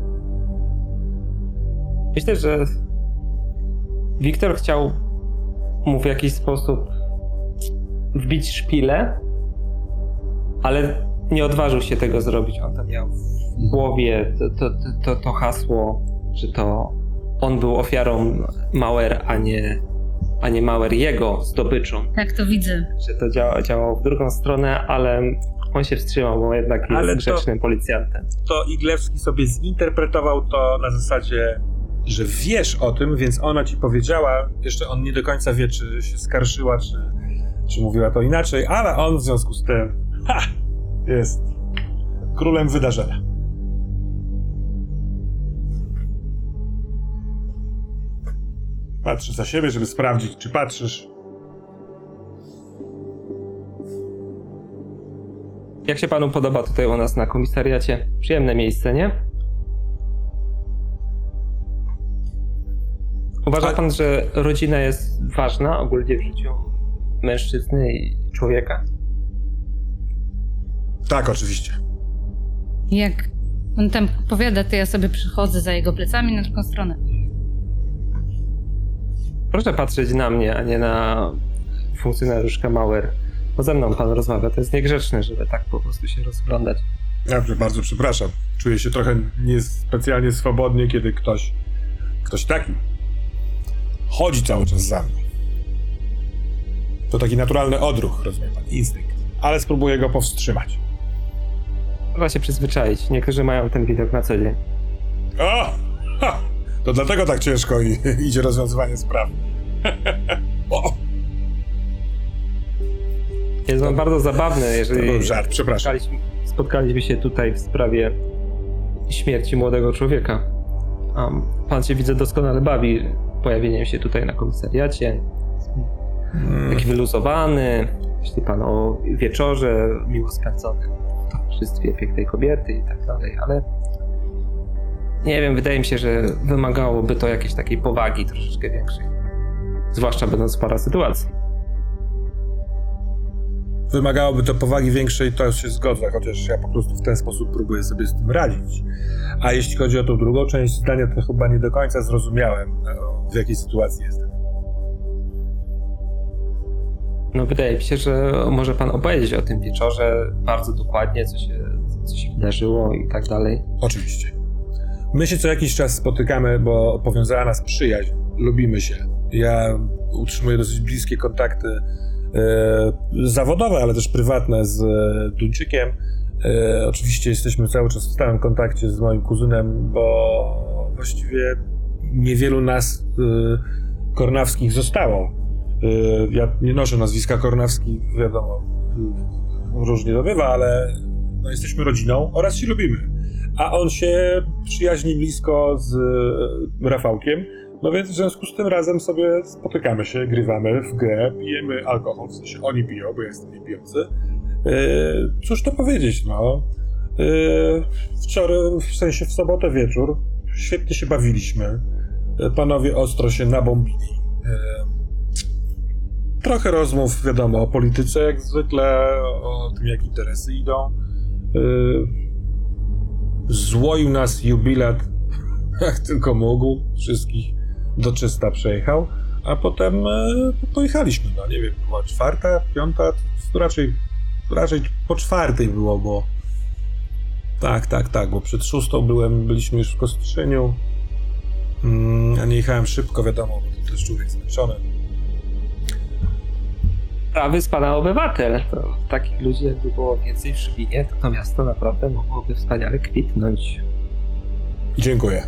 Myślę, że Wiktor chciał mu w jakiś sposób wbić szpilę, ale nie odważył się tego zrobić. On to miał w głowie to, to, to, to hasło, że to on był ofiarą Mauer, a nie, a nie Mauer jego zdobyczą. Tak to widzę. Że to działa, działało w drugą stronę, ale on się wstrzymał, bo jednak jest Ale to- grzecznym policjantem. To Iglewski sobie zinterpretował to na zasadzie, że wiesz o tym, więc ona ci powiedziała, jeszcze on nie do końca wie, czy się skarszyła, czy, czy mówiła to inaczej, ale on w związku z tym, ha, jest królem wydarzenia. Patrzy za siebie, żeby sprawdzić, czy patrzysz. Jak się panu podoba tutaj u nas na komisariacie? Przyjemne miejsce, nie? Uważa A- pan, że rodzina jest ważna ogólnie w życiu mężczyzny i człowieka? Tak, oczywiście. Jak on tam powiada, to ja sobie przychodzę za jego plecami na drugą stronę. Proszę patrzeć na mnie, a nie na funkcjonariuszkę Mauer. Bo ze mną pan rozmawia, to jest niegrzeczne, żeby tak po prostu się rozglądać. Ja bardzo przepraszam. Czuję się trochę niespecjalnie swobodnie, kiedy ktoś, ktoś taki chodzi cały czas za mną. To taki naturalny odruch, rozumie pan, instynkt. ale spróbuję go powstrzymać. Trzeba się przyzwyczaić. Niektórzy mają ten widok na co dzień. O! Ha! To dlatego tak ciężko i, idzie rozwiązywanie spraw. O! Jest on bardzo zabawny, To jeżeli był żart, przepraszam. spotkaliśmy, spotkaliśmy się tutaj w sprawie śmierci młodego człowieka. A pan się, widzę, doskonale bawi pojawieniem się tutaj na komisariacie. Hmm. Taki wyluzowany. Myśli pan o wieczorze miło spędzonym w towarzystwie pięknej kobiety i tak dalej, ale nie wiem, wydaje mi się, że wymagałoby to jakiejś takiej powagi troszeczkę większej. Zwłaszcza będąc w parasytuacji. Wymagałoby to powagi większej, to się zgodzę, chociaż ja po prostu w ten sposób próbuję sobie z tym radzić. A jeśli chodzi o tą drugą część zdania, to chyba nie do końca zrozumiałem, w jakiej sytuacji jestem. No wydaje mi się, że może pan opowiedzieć o tym wieczorze bardzo dokładnie, co się, co się wydarzyło i tak dalej. Oczywiście. My się co jakiś czas spotykamy, bo powiązała nas przyjaźń. Lubimy się. Ja utrzymuję dosyć bliskie kontakty e, zawodowe, ale też prywatne z e, Duńczykiem. E, oczywiście jesteśmy cały czas w stałym kontakcie z moim kuzynem, bo właściwie niewielu nas e, Kornawskich zostało. E, ja nie noszę nazwiska Kornawski, wiadomo, różnie to bywa, ale no, jesteśmy rodziną oraz się lubimy. A on się przyjaźni blisko z e, Rafałkiem, no więc w związku z tym razem sobie spotykamy się, grywamy w grę, pijemy alkohol, w sensie oni piją, bo ja jestem niepijący. E, cóż to powiedzieć, no. E, wczoraj, w sensie w sobotę wieczór, świetnie się bawiliśmy. E, panowie ostro się nabombili. E, trochę rozmów, wiadomo, o polityce jak zwykle, o tym, jak interesy idą. E, Złoił nas jubilat, jak tylko mógł, wszystkich do czysta przejechał, a potem e, pojechaliśmy, no nie wiem, była czwarta, piąta, to raczej, raczej po czwartej było, bo tak, tak, tak, bo przed szóstą byłem, byliśmy już w Kostrzyniu, mm, a nie jechałem szybko, wiadomo, bo to też człowiek zmęczony. Prawy z pana obywatel. To takich ludzi jakby było więcej w Szwinie, to to miasto naprawdę mogłoby wspaniale kwitnąć. Dziękuję.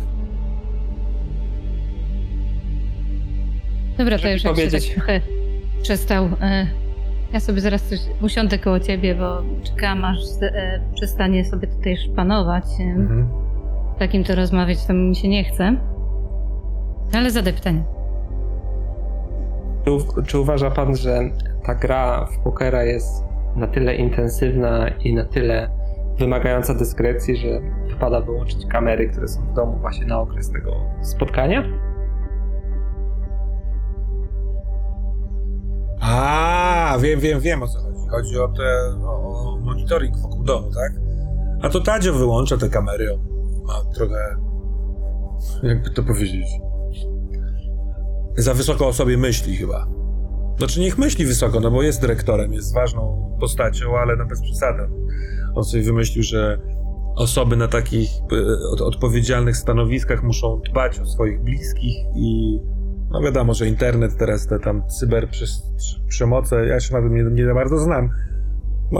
Dobra, to Żeby już jak powiedzieć- się tak trochę przestał. E, ja sobie zaraz coś usiądę koło ciebie, bo czekam aż e, przestanie sobie tutaj szpanować. E, Mhm. Takim to rozmawiać to mi się nie chce. Ale zadaj pytanie. Czy, u- czy uważa pan, że ta gra w pokera jest na tyle intensywna i na tyle wymagająca dyskrecji, że wypada wyłączyć kamery, które są w domu właśnie na okres tego spotkania? A, wiem, wiem, wiem o co chodzi. Chodzi o te, o, o monitoring wokół domu, tak? A to Tadzio wyłącza te kamery. On ma trochę, jakby to powiedzieć, za wysoko o sobie myśli chyba. Znaczy niech myśli wysoko, no bo jest dyrektorem, jest ważną postacią, ale no bez przesady. On sobie wymyślił, że osoby na takich e, od, odpowiedzialnych stanowiskach muszą dbać o swoich bliskich i no wiadomo, że internet teraz, te tam cyberprzemoce, ja się na tym nie, nie za bardzo znam. No,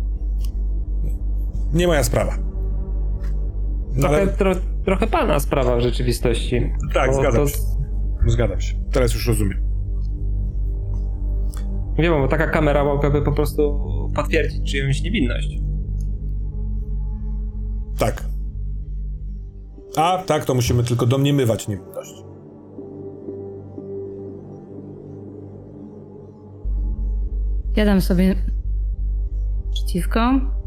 nie moja sprawa. No, Trochę, ale, tro, trochę pana sprawa w rzeczywistości. tak, Bo zgadzam to, się. Zgadzam się. Teraz już rozumiem. Wiem, bo taka kamera mogłaby po prostu potwierdzić czyjąś niewinność. Tak. A tak, to musimy tylko domniemywać niewinność. Jadam sobie przeciwko,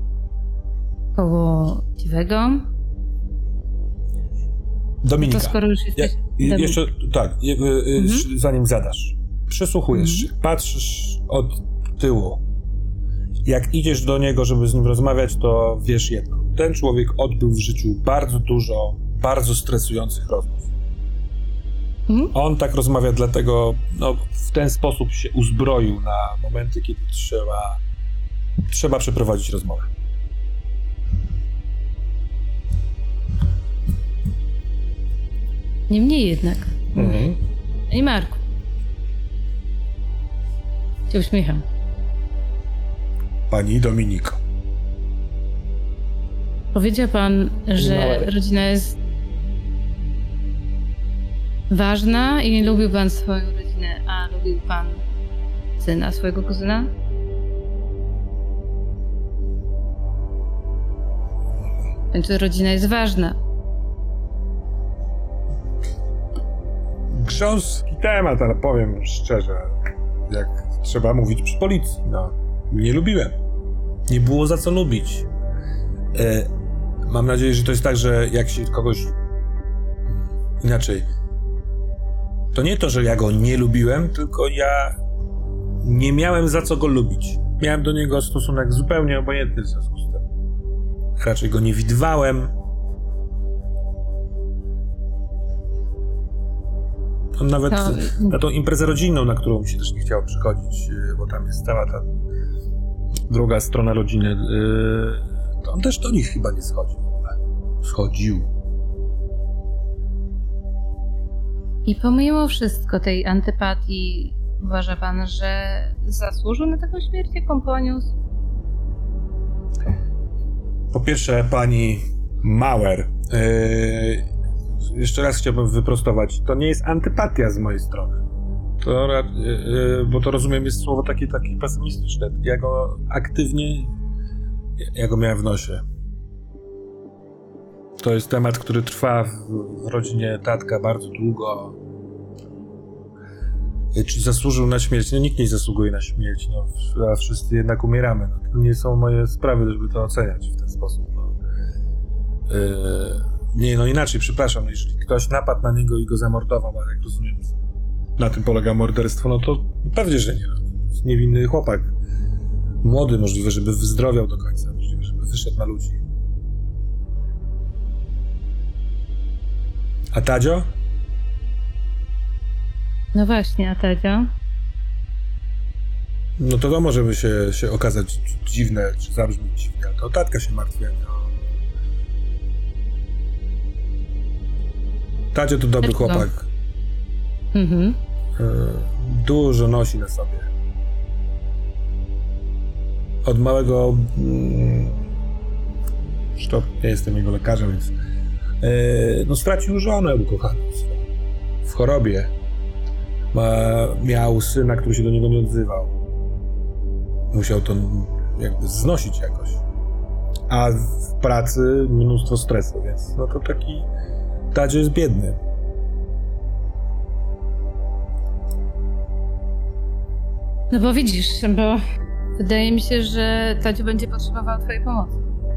koło dziwego. Dominika, To skoro już ja, jesteś... i- jeszcze tak, y, y, y, Mhm. zanim zadasz. Przysłuchujesz się, patrzysz od tyłu. Jak idziesz do niego, żeby z nim rozmawiać, to wiesz jedno. Ten człowiek odbył w życiu bardzo dużo, bardzo stresujących rozmów. Mhm. On tak rozmawia dlatego, no, w ten sposób się uzbroił na momenty, kiedy trzeba, trzeba przeprowadzić rozmowę. Niemniej jednak. Mhm. I Marku. Się uśmiecham. pani Dominiko. Powiedział pan, że Małe. rodzina jest ważna i lubił pan swoją rodzinę, a lubił pan syna swojego kuzyna? Więc rodzina jest ważna. Grząski temat, ale powiem szczerze, jak trzeba mówić przy policji, no, nie lubiłem. Nie było za co lubić. E, mam nadzieję, że to jest tak, że jak się kogoś... Inaczej. To nie to, że ja go nie lubiłem, tylko ja nie miałem za co go lubić. Miałem do niego stosunek zupełnie obojętny w związku z tym. Raczej go nie widywałem. On nawet To- na tą imprezę rodzinną, na którą mi się też nie chciało przychodzić, yy, bo tam jest cała ta druga strona rodziny, yy, to on też do nich chyba nie schodził w ogóle. Schodził. I pomimo wszystko tej antypatii, uważa pan, że zasłużył na taką śmierć, jaką poniósł? Po pierwsze, pani Mauer, yy, jeszcze raz chciałbym wyprostować, to nie jest antypatia z mojej strony. To, ra- yy, bo to rozumiem, jest słowo takie, takie pesymistyczne. Ja go aktywnie, ja go miałem w nosie. To jest temat, który trwa w, w rodzinie tatka bardzo długo. Yy, Czy zasłużył na śmierć? No nikt nie zasługuje na śmierć, no, a wszyscy jednak umieramy. No, to nie są moje sprawy, żeby to oceniać w ten sposób. No. Yy, nie, no inaczej, przepraszam, no jeżeli ktoś napadł na niego i go zamordował, a jak rozumiem, na tym polega morderstwo, no to pewnie, że nie. No. Jest niewinny chłopak. Młody, możliwe, żeby wyzdrowiał do końca, możliwe, żeby wyszedł na ludzi. A Tadzio? No właśnie, a Tadzio? No to to może by się, się okazać dziwne, czy zabrzmieć dziwnie, ale to o tatka się martwi, a nie o... Tadzio to dobry Dlaczego? chłopak. Mhm. Yy, dużo nosi na sobie. Od małego... Mm, zresztą nie jestem jego lekarzem, więc... Yy, no stracił żonę ukochaną swą. W chorobie. Ma, miał syna, który się do niego nie odzywał. Musiał to jakby znosić jakoś. A w pracy mnóstwo stresu, więc no to taki... Tadzio jest biedny. No bo widzisz, bo wydaje mi się, że Tadzio będzie potrzebował twojej pomocy.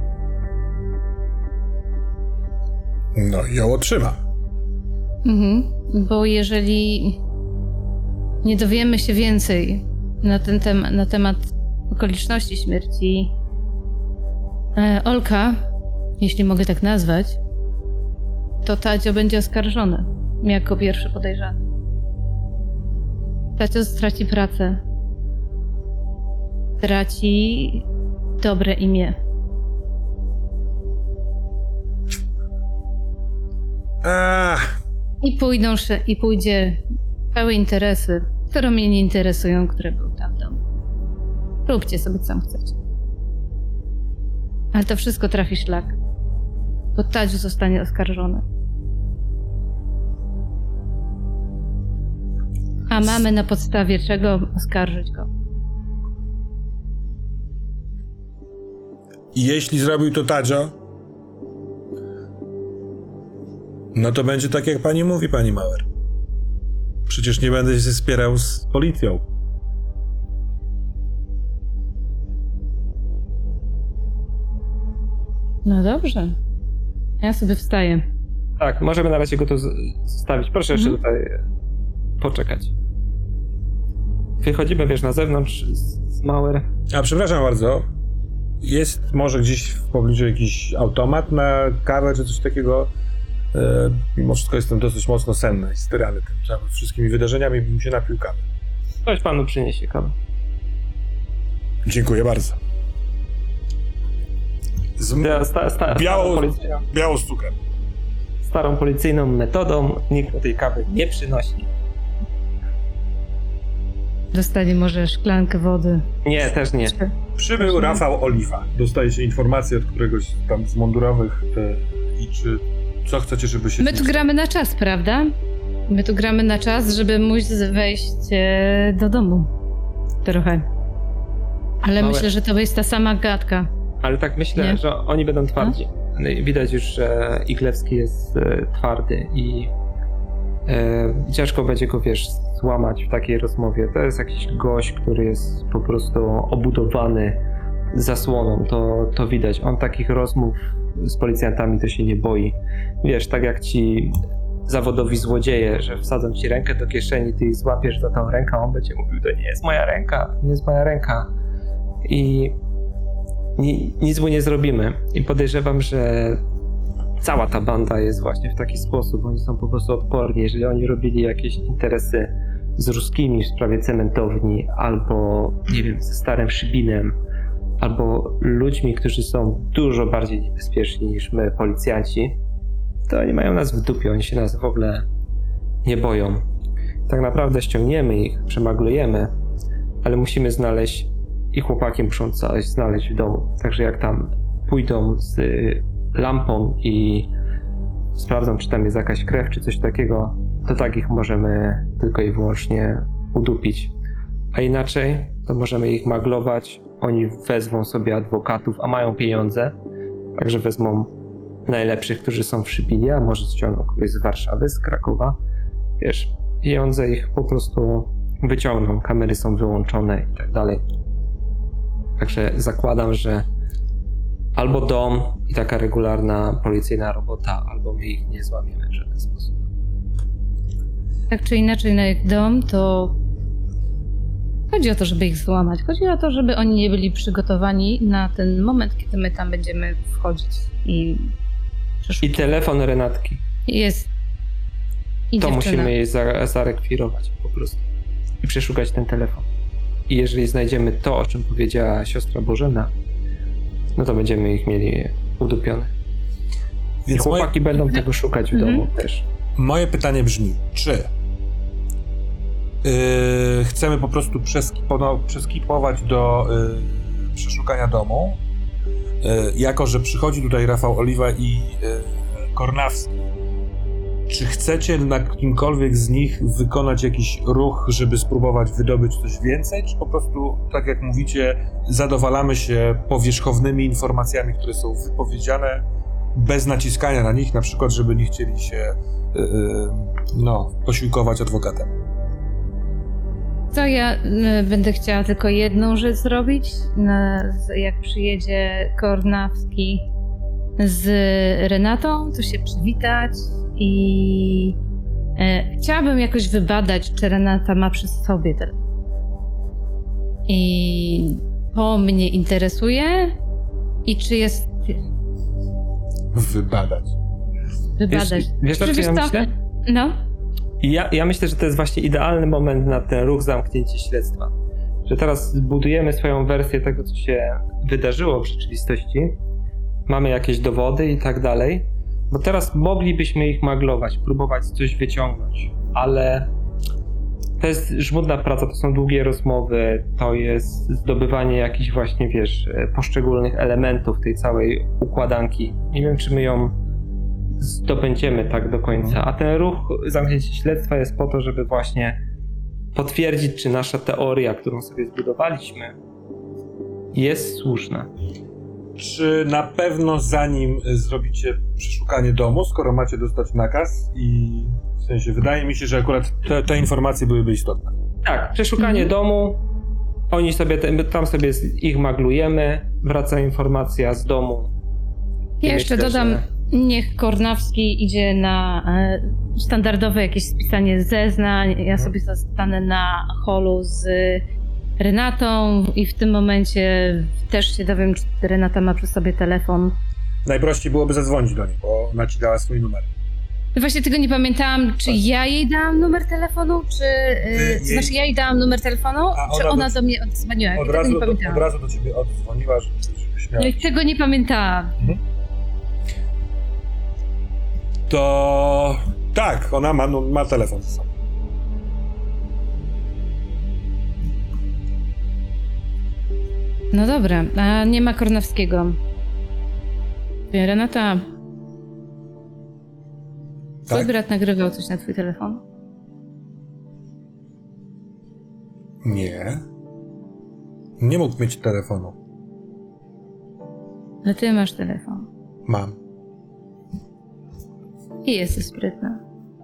No i ją otrzyma. Mhm. Bo jeżeli nie dowiemy się więcej na ten tem- na temat okoliczności śmierci e, Olka, jeśli mogę tak nazwać, to Tadzio będzie oskarżony jako pierwszy podejrzany. Tadzio straci pracę. Traci dobre imię. Ach, I pójdą, sze- i pójdzie pełne interesy, które mnie nie interesują, które były tam w domu. Róbcie sobie, co chcecie. Ale to wszystko trafi szlak. Bo Tadziu zostanie oskarżony. A mamy na podstawie czego oskarżyć go. i jeśli zrobił to Tadzio, no to będzie tak, jak pani mówi, pani Mauer. Przecież nie będę się spierał z policją. No dobrze. Ja sobie wstaję. Tak, możemy na razie go tu z- zostawić. Proszę jeszcze Mhm. tutaj e, poczekać. Wychodzimy, wiesz, na zewnątrz z, z Mauer. A przepraszam bardzo, jest może gdzieś w pobliżu jakiś automat na kawę czy coś takiego? E, mimo wszystko jestem dosyć mocno senny i styrany tym całym wszystkimi wydarzeniami, bym się napił kawy. Ktoś panu przyniesie kawę. Dziękuję bardzo. Z Ja sta, sta, Biało- starą, policyjną, biało z cukrem. starą policyjną metodą nikt tej kawy nie przynosi. Dostanie może szklankę wody. Nie, też nie. Czy, Przybył Właśnie. Rafał Oliwa. Dostajecie informację od któregoś tam z mundurowych e, i czy co chcecie, żeby się... My tu gramy na czas, prawda? My tu gramy na czas, żeby móc wejść e, do domu. Trochę. Ale Małe. myślę, że to jest ta sama gadka. Ale tak myślę, Nie? że oni będą twardzi. No i widać już, że Iglewski jest e, twardy i e, ciężko będzie go, wiesz, złamać w takiej rozmowie. To jest jakiś gość, który jest po prostu obudowany zasłoną. To, to widać. On takich rozmów z policjantami to się nie boi. Wiesz, tak jak ci zawodowi złodzieje, że wsadzą ci rękę do kieszeni, ty ich złapiesz za tą rękę, a on będzie mówił, to nie jest moja ręka, to nie jest moja ręka. I ni, nic mu nie zrobimy. I podejrzewam, że cała ta banda jest właśnie w taki sposób. Oni są po prostu odporni. Jeżeli oni robili jakieś interesy z ruskimi w sprawie cementowni, albo nie wiem, ze starym Szybinem, albo ludźmi, którzy są dużo bardziej niebezpieczni niż my, policjanci, to oni mają nas w dupie, oni się nas w ogóle nie boją. Tak naprawdę ściągniemy ich, przemaglujemy, ale musimy znaleźć, i chłopaki muszą coś znaleźć w domu. Także jak tam pójdą z lampą i sprawdzą, czy tam jest jakaś krew, czy coś takiego, to tak ich możemy tylko i wyłącznie udupić. A inaczej, to możemy ich maglować, oni wezmą sobie adwokatów, a mają pieniądze, także wezmą najlepszych, którzy są w Szybinie, a może ściągną kogoś z Warszawy, z Krakowa. Wiesz, pieniądze ich po prostu wyciągną, kamery są wyłączone i tak dalej. Także zakładam, że albo dom i taka regularna policyjna robota, albo my ich nie złamiemy w żaden sposób. Tak czy inaczej, na ich dom to chodzi o to, żeby ich złamać. Chodzi o to, żeby oni nie byli przygotowani na ten moment, kiedy my tam będziemy wchodzić i I telefon Renatki. jest i To dziewczyna. musimy jej za- zarekwirować po prostu. I przeszukać ten telefon. I jeżeli znajdziemy to, o czym powiedziała siostra Bożena, no to będziemy ich mieli udupione. I Więc moje, chłopaki będą tego szukać w Mhm. domu też. moje pytanie brzmi, czy yy, chcemy po prostu przeskipo, przeskipować do yy, przeszukania domu, yy, jako że przychodzi tutaj Rafał Oliwa i yy, Kornawski. Czy chcecie na kimkolwiek z nich wykonać jakiś ruch, żeby spróbować wydobyć coś więcej, czy po prostu, tak jak mówicie, zadowalamy się powierzchownymi informacjami, które są wypowiedziane, bez naciskania na nich, na przykład, żeby nie chcieli się yy, no, posiłkować adwokatem? Co ja y, będę chciała tylko jedną rzecz zrobić, na, z- jak przyjedzie Kornawski z Renatą, to się przywitać i e, chciałabym jakoś wybadać, czy Renata ma przy sobie telefon. I to mnie interesuje i czy jest Wybadać. wybadać. Wiesz, wiesz co, Czy co ja wiesz co? myślę? No, I ja, ja myślę, że to jest właśnie idealny moment na ten ruch zamknięcia śledztwa. Że teraz zbudujemy swoją wersję tego, co się wydarzyło w rzeczywistości. Mamy jakieś dowody i tak dalej. Bo teraz moglibyśmy ich maglować, próbować coś wyciągnąć, ale to jest żmudna praca, to są długie rozmowy, to jest zdobywanie jakichś właśnie, wiesz, poszczególnych elementów tej całej układanki. Nie wiem, czy my ją zdobędziemy tak do końca, a ten ruch zamknięcia śledztwa jest po to, żeby właśnie potwierdzić, czy nasza teoria, którą sobie zbudowaliśmy, jest słuszna. Czy na pewno zanim zrobicie przeszukanie domu, skoro macie dostać nakaz i w sensie wydaje mi się, że akurat te, te informacje byłyby istotne. Tak, przeszukanie Mhm. domu, oni sobie, te, my tam sobie z- ich maglujemy, wraca informacja z domu. I ja jeszcze myślę, dodam, że- niech Kornawski idzie na e, standardowe jakieś spisanie zeznań, ja sobie zostanę na holu z Renatą i w tym momencie też się dowiem, czy Renata ma przy sobie telefon. Najprościej byłoby zadzwonić do niej, bo ona ci dała swój numer. Właśnie tego nie pamiętałam, czy ja jej dałam numer telefonu, czy... Yy, to jej- znaczy ja jej dałam numer telefonu, A czy ona ona do- do mnie odzwoniła. Ja Od tego razu, nie do, pamiętałam. od razu do ciebie oddzwoniła, żeby, żebyś miała. Ja tego nie pamiętałam. To tak, ona ma, no, ma telefon ze sobą. No dobra, a nie ma Kornawskiego. Wie, Renata, twój Tak? brat nagrywał coś na twój telefon? Nie. Nie mógł mieć telefonu. Ale ty masz telefon. Mam. I jesteś sprytna.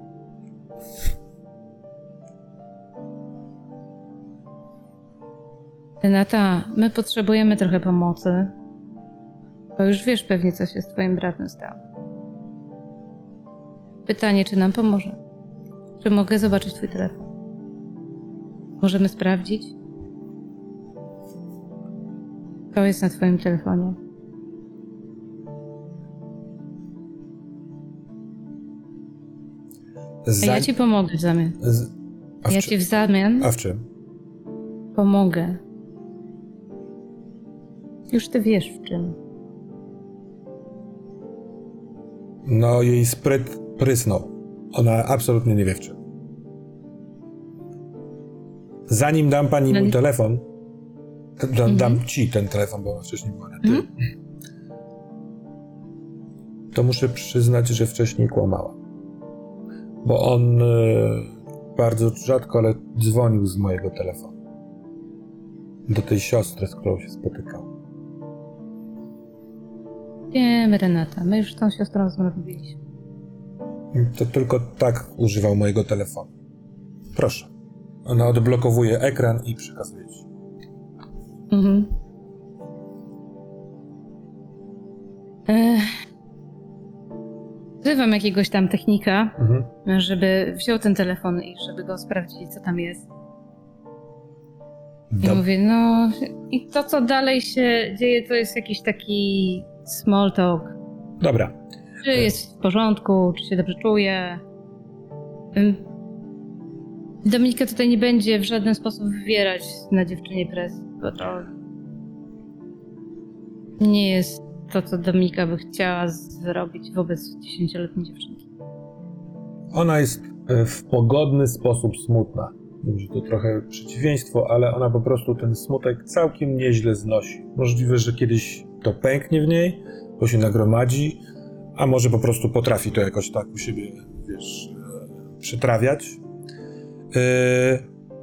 Renata, my potrzebujemy trochę pomocy. Bo już wiesz pewnie, co się z twoim bratem stało. Pytanie, czy nam pomoże? Czy mogę zobaczyć twój telefon? Możemy sprawdzić? Co jest na twoim telefonie? A Za... ja ci pomogę w zamian. Z... A, w Ja czy... ci w zamian A w czym? pomogę. Już ty wiesz w czym. No, jej spryt prysnął. Ona absolutnie nie wie w czym. Zanim dam pani No mój nie- telefon, d- d- Mhm. dam ci ten telefon, bo wcześniej była na ty, Mhm. to muszę przyznać, że wcześniej kłamała. Bo on e, bardzo rzadko, ale dzwonił z mojego telefonu. Do tej siostry, z którą się spotykał. Wiemy, Renata, my już z tą siostrą rozmawialiśmy. To tylko tak używał mojego telefonu. Proszę. Ona odblokowuje ekran i przekazuje ci. Mhm. Ech. Wzywam jakiegoś tam technika, Mhm. żeby wziął ten telefon i żeby go sprawdzili, co tam jest. I Dob- mówię, no i to, co dalej się dzieje, to jest jakiś taki small talk. Dobra. Czy jest w porządku, czy się dobrze czuje. Ym, Dominika tutaj nie będzie w żaden sposób wywierać na dziewczynie presji, bo to nie jest to, co Dominika by chciała zrobić wobec dziesięcioletniej dziewczynki. Ona jest e, w pogodny sposób smutna. Wiem, że to trochę przeciwieństwo, ale ona po prostu ten smutek całkiem nieźle znosi. Możliwe, że kiedyś to pęknie w niej, bo się nagromadzi, a może po prostu potrafi to jakoś tak u siebie, wiesz, e, przetrawiać. E,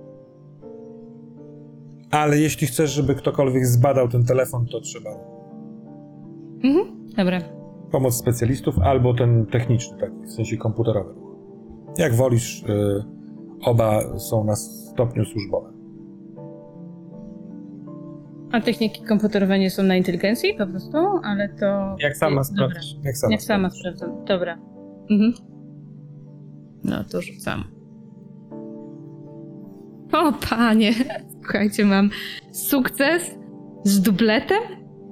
ale jeśli chcesz, żeby ktokolwiek zbadał ten telefon, to trzeba Mhm, dobra. pomoc specjalistów albo ten techniczny, taki, w sensie komputerowy. Jak wolisz, y, oba są na stopniu służbowym. A techniki komputerowe nie są na inteligencji po prostu, ale to... Jak sama Dobra. sprawdzisz. Jak sama. Jak sama sprawdzam. Dobra. Mhm. No to rzucam. O panie! Słuchajcie, mam sukces z dubletem?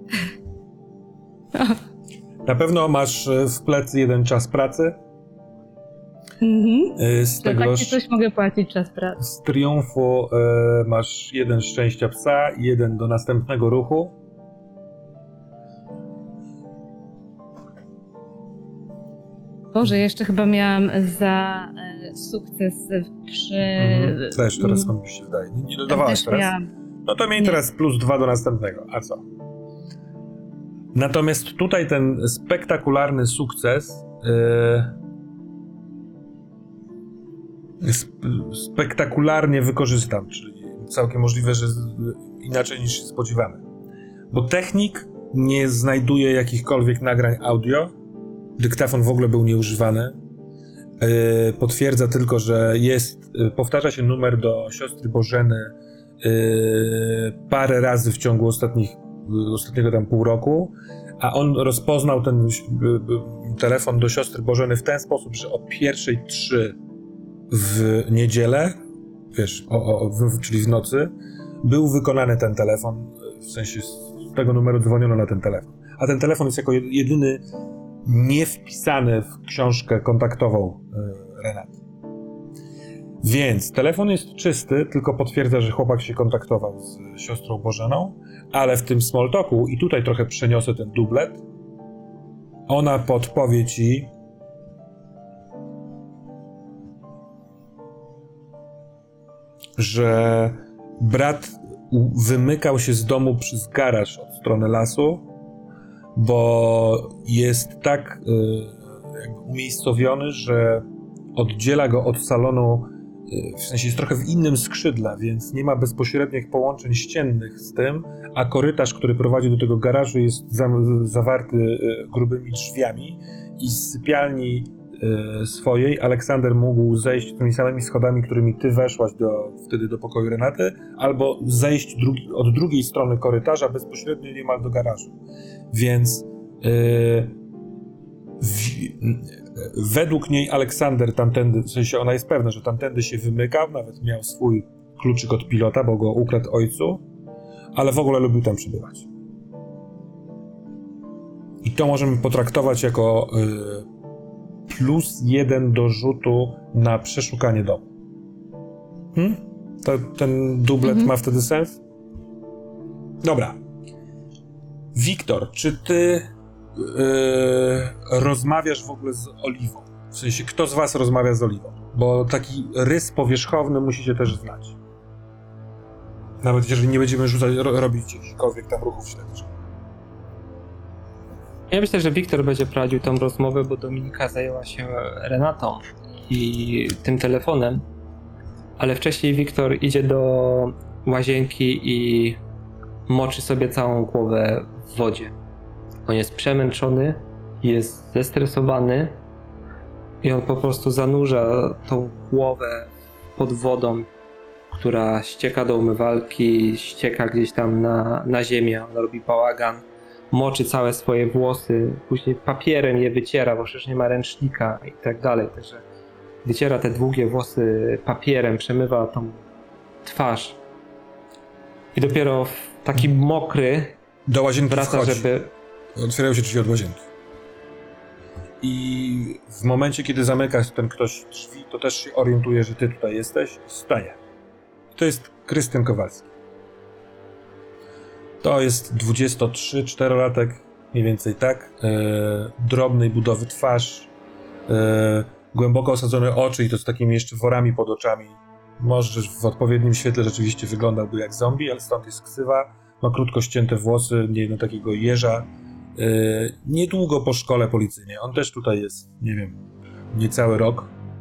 O. Na pewno masz y, w plecy jeden czas pracy. Mhm. Y, z To takie tegoż, coś mogę płacić czas pracy. z triumfu y, masz jeden szczęścia psa i jeden do następnego ruchu. Boże, jeszcze chyba miałam za e, sukces przy... Mhm. Też teraz mm, mi się wydaje. Nie, nie dodawałaś też teraz? miałam. No to miej Nie. teraz plus dwa do następnego. A co? Natomiast tutaj ten spektakularny sukces yy, sp- spektakularnie wykorzystam, czyli całkiem możliwe, że z, inaczej niż się spodziewamy. Bo technik nie znajduje jakichkolwiek nagrań audio. Dyktafon w ogóle był nieużywany. Yy, potwierdza tylko, że jest, yy, powtarza się numer do siostry Bożeny yy, parę razy w ciągu ostatnich, yy, ostatniego tam pół roku, a on rozpoznał ten yy, yy, telefon do siostry Bożeny w ten sposób, że o pierwszej trzy w niedzielę, wiesz, o, o, w, czyli w nocy, był wykonany ten telefon, w sensie z tego numeru dzwoniono na ten telefon. A ten telefon jest jako jedyny nie wpisany w książkę kontaktową yy, Renaty. Więc telefon jest czysty, tylko potwierdza, że chłopak się kontaktował z siostrą Bożeną, ale w tym small talku, i tutaj trochę przeniosę ten dublet, ona podpowie ci, że brat u- wymykał się z domu przez garaż od strony lasu, bo jest tak y, jakby umiejscowiony, że oddziela go od salonu, y, w sensie jest trochę w innym skrzydle, więc nie ma bezpośrednich połączeń ściennych z tym, a korytarz, który prowadzi do tego garażu, jest za, zawarty y, grubymi drzwiami i z sypialni y, swojej Aleksander mógł zejść tymi samymi schodami, którymi ty weszłaś do, wtedy do pokoju Renaty, albo zejść drugi, od drugiej strony korytarza bezpośrednio niemal do garażu. Więc yy, w, według niej Aleksander tamtędy, w sensie ona jest pewna, że tamtędy się wymykał, nawet miał swój kluczyk od pilota, bo go ukradł ojcu, ale w ogóle lubił tam przebywać. I to możemy potraktować jako yy, plus jeden do rzutu na przeszukanie domu. Hmm? To, ten dublet Mhm. ma wtedy sens? Dobra. Wiktor, czy ty yy, rozmawiasz w ogóle z Oliwą? W sensie, kto z was rozmawia z Oliwą? Bo taki rys powierzchowny musicie też znać. Nawet jeżeli nie będziemy rzucać, ro, robić jakichkolwiek tam ruchów śledczych. Ja myślę, że Wiktor będzie prowadził tą rozmowę, bo Dominika zajęła się Renatą i tym telefonem, ale wcześniej Wiktor idzie do łazienki i moczy sobie całą głowę w wodzie. On jest przemęczony, jest zestresowany i on po prostu zanurza tą głowę pod wodą, która ścieka do umywalki, ścieka gdzieś tam na, na ziemię, on robi bałagan, moczy całe swoje włosy, później papierem je wyciera, bo przecież nie ma ręcznika i tak dalej, także wyciera te długie włosy papierem, przemywa tą twarz i dopiero taki mokry Do łazienki wraca, wchodzi. żeby... Otwierają się drzwi od łazienki. I w momencie, kiedy zamyka ten ktoś drzwi, to też się orientuje, że ty tutaj jesteś i wstaje. To jest Krystian Kowalski. To jest dwudziesto trzy czterolatek, mniej więcej tak. E, drobnej budowy twarz, e, głęboko osadzone oczy i to z takimi jeszcze worami pod oczami. Może w odpowiednim świetle rzeczywiście wyglądałby jak zombie, ale stąd jest ksywa. Ma krótko ścięte włosy, nie no takiego jeża. Yy, niedługo po szkole policyjnej. On też tutaj jest, nie wiem, niecały rok.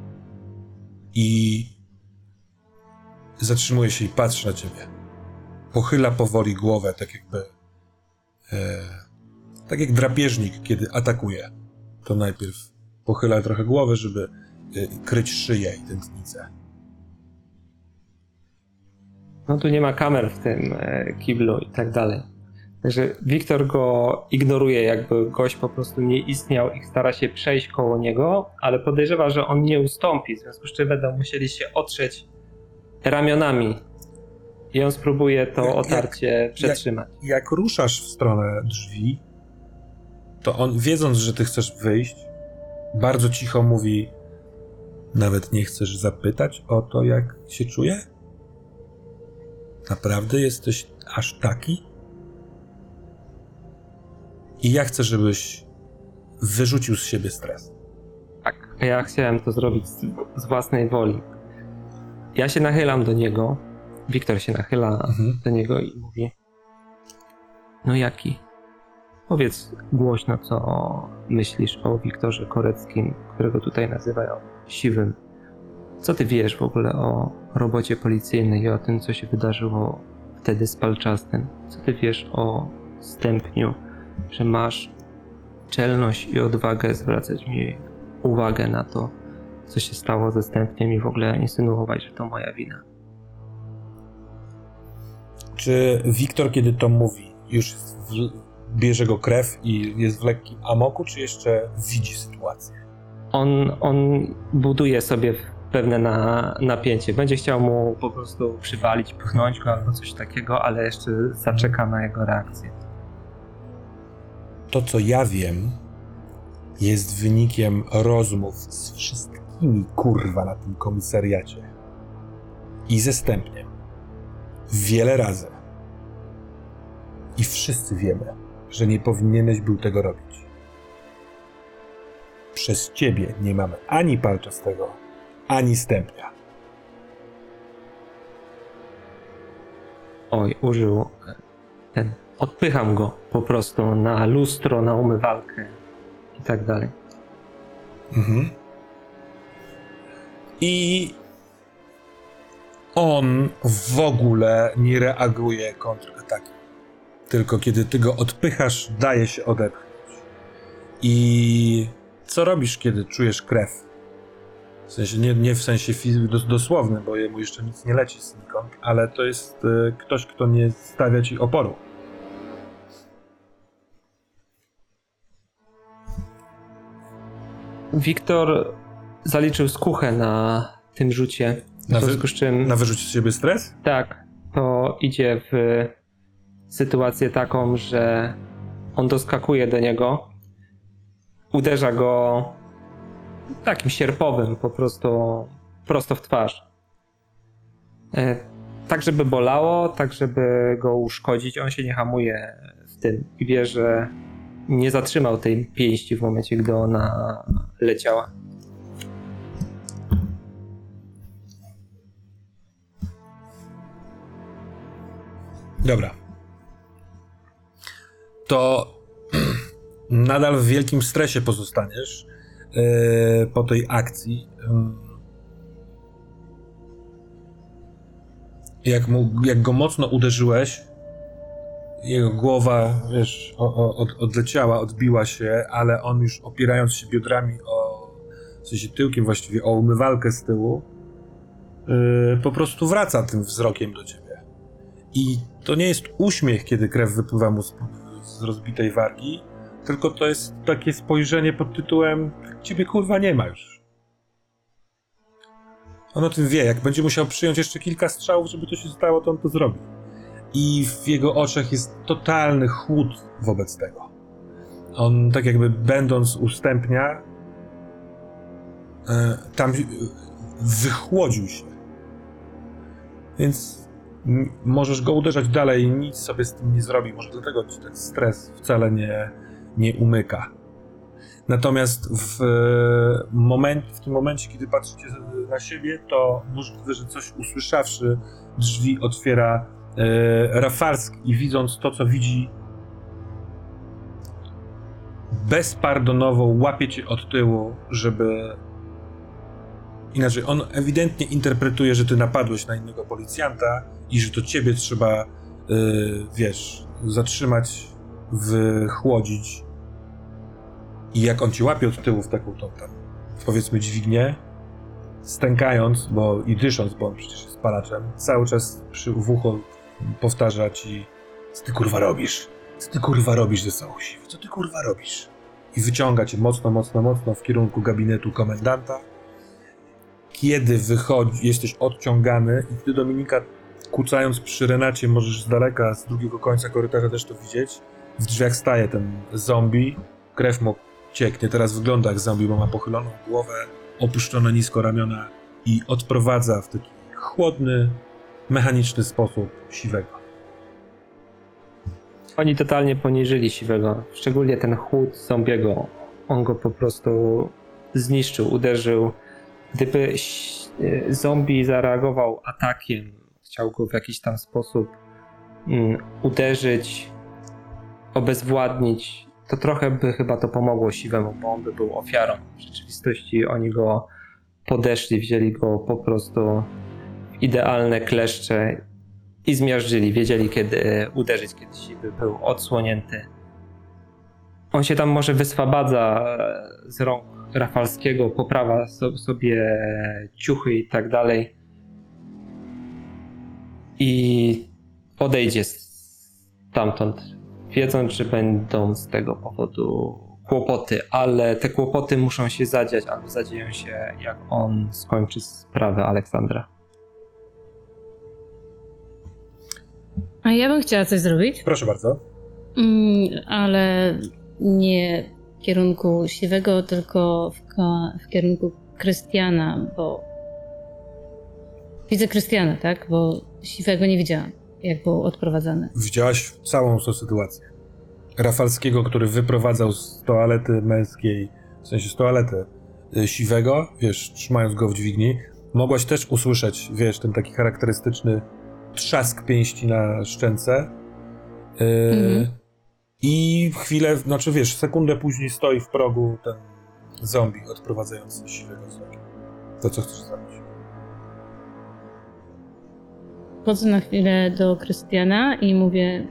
I zatrzymuje się i patrzy na ciebie. Pochyla powoli głowę, tak jakby... Yy, tak jak drapieżnik, kiedy atakuje. To najpierw pochyla trochę głowę, żeby yy, kryć szyję i tętnicę. No tu nie ma kamer w tym e, kiblu i tak dalej. Także Wiktor go ignoruje, jakby gość po prostu nie istniał i stara się przejść koło niego, ale podejrzewa, że on nie ustąpi, w związku z czym będą musieli się otrzeć ramionami i on spróbuje to Jak- otarcie jak- przetrzymać. Jak ruszasz w stronę drzwi, to on, wiedząc, że ty chcesz wyjść, bardzo cicho mówi: nawet nie chcesz zapytać o to, jak się czuje? Naprawdę jesteś aż taki? I ja chcę, żebyś wyrzucił z siebie stres. Tak, a ja chciałem to zrobić z, z własnej woli. Ja się nachylam do niego, Wiktor się nachyla Mhm. do niego i mówi: no jaki? Powiedz głośno, co myślisz o Wiktorze Koreckim, którego tutaj nazywają Siwym. Co ty wiesz w ogóle o robocie policyjnej i o tym, co się wydarzyło wtedy z Palczastym? Co ty wiesz o Stępniu, że masz czelność i odwagę zwracać mi uwagę na to, co się stało ze Stępniem i w ogóle insynuować, że to moja wina? Czy Wiktor, kiedy to mówi, już w, bierze go krew i jest w lekkim amoku, czy jeszcze widzi sytuację? On, on buduje sobie pewne na, napięcie. Będzie chciał mu po prostu przywalić, pchnąć go albo coś takiego, ale jeszcze zaczeka na jego reakcję. To, co ja wiem, jest wynikiem rozmów z wszystkimi, kurwa, na tym komisariacie. I ze Stępniem. Wiele razy. I wszyscy wiemy, że nie powinieneś był tego robić. Przez ciebie nie mamy ani Palczastego, ani Stępnia. oj, użył ten, odpycham go po prostu na lustro, na umywalkę i tak dalej. Mhm. I on w ogóle nie reaguje kontratakiem. Tylko kiedy ty go odpychasz, daje się odepchnąć. I co robisz, kiedy czujesz krew? W sensie, nie, nie w sensie fizy- dos- dosłownym, bo jemu jeszcze nic nie leci znikąd, ale to jest y, ktoś, kto nie stawia ci oporu. Wiktor zaliczył skuchę na tym rzucie, w Na wy- związku z czym Na wyrzucie z siebie stres? tak, to idzie w sytuację taką, że on doskakuje do niego, uderza go takim sierpowym po prostu prosto w twarz. E, Tak, żeby bolało, tak, żeby go uszkodzić. On się nie hamuje w tym i wie, że nie zatrzymał tej pięści w momencie, gdy ona leciała. Dobra. To nadal w wielkim stresie pozostaniesz yy, po tej akcji. Yy, jak, mu, jak go mocno uderzyłeś, jego głowa, wiesz, o, o, od, odleciała, odbiła się, ale on już opierając się biodrami o, w sensie tyłkiem właściwie, o umywalkę z tyłu, yy, po prostu wraca tym wzrokiem do ciebie. I to nie jest uśmiech, kiedy krew wypływa mu z, z rozbitej wargi, tylko to jest takie spojrzenie pod tytułem ciebie kurwa nie ma już. On o tym wie, jak będzie musiał przyjąć jeszcze kilka strzałów, żeby to się stało, to on to zrobi. I w jego oczach jest totalny chłód wobec tego. On tak jakby będąc ustępnia, e, tam wychłodził się. Więc m- możesz go uderzać dalej i nic sobie z tym nie zrobi. Może dlatego ci ten stres wcale nie, nie umyka. Natomiast w, moment, w tym momencie, kiedy patrzycie na siebie, to możliwe, że coś usłyszawszy, drzwi otwiera e, Rafalski i widząc to, co widzi, bezpardonowo łapie cię od tyłu, żeby... Inaczej, on ewidentnie interpretuje, że ty napadłeś na innego policjanta i że to ciebie trzeba, e, wiesz, zatrzymać, wychłodzić. I jak on cię łapie od tyłu w taką tą tam, powiedzmy, dźwignię, stękając, bo i dysząc, bo on przecież jest palaczem, cały czas przy w ucho powtarza ci: co ty kurwa robisz? Co ty kurwa robisz ze sobą siwy? Co ty kurwa robisz? I wyciąga cię mocno, mocno, mocno w kierunku gabinetu komendanta. Kiedy wychodzi, jesteś odciągany i ty, Dominika, kucając przy Renacie, możesz z daleka, z drugiego końca korytarza też to widzieć. W drzwiach staje ten zombie, krew mu cieknie, teraz wygląda jak zombie, bo ma pochyloną głowę, opuszczone nisko ramiona i odprowadza w taki chłodny, mechaniczny sposób Siwego. Oni totalnie poniżyli Siwego, szczególnie ten chłód zombiego. On go po prostu zniszczył, uderzył. Gdyby ś- zombie zareagował atakiem, chciał go w jakiś tam sposób mm, uderzyć, obezwładnić, to trochę by chyba to pomogło Siwemu, bo on by był ofiarą. W rzeczywistości oni go podeszli, wzięli go po prostu w idealne kleszcze i zmiażdżyli. Wiedzieli, kiedy uderzyć, kiedy Siwy był odsłonięty. On się tam może wyswabadza z rąk Rafalskiego, poprawa so, sobie ciuchy i tak dalej. I odejdzie stamtąd, wiedząc, że będą z tego powodu kłopoty, ale te kłopoty muszą się zadziać, albo zadzieją się, jak on skończy sprawę Aleksandra. A ja bym chciała coś zrobić, Proszę bardzo. mm, ale nie w kierunku Siwego, tylko w, ko- w kierunku Krystiana, bo widzę Krystiana, tak? Bo Siwego nie widziałam, jak był odprowadzany. Widziałaś całą tą sytuację. Rafalskiego, który wyprowadzał z toalety męskiej, w sensie z toalety y, Siwego, wiesz, trzymając go w dźwigni. Mogłaś też usłyszeć, wiesz, ten taki charakterystyczny trzask pięści na szczęce. Yy, Mhm. I chwilę, znaczy wiesz, sekundę później stoi w progu ten zombie odprowadzający siwego wzrokiem. To co chcesz zrobić? Chodzę na chwilę do Krystiana i mówię: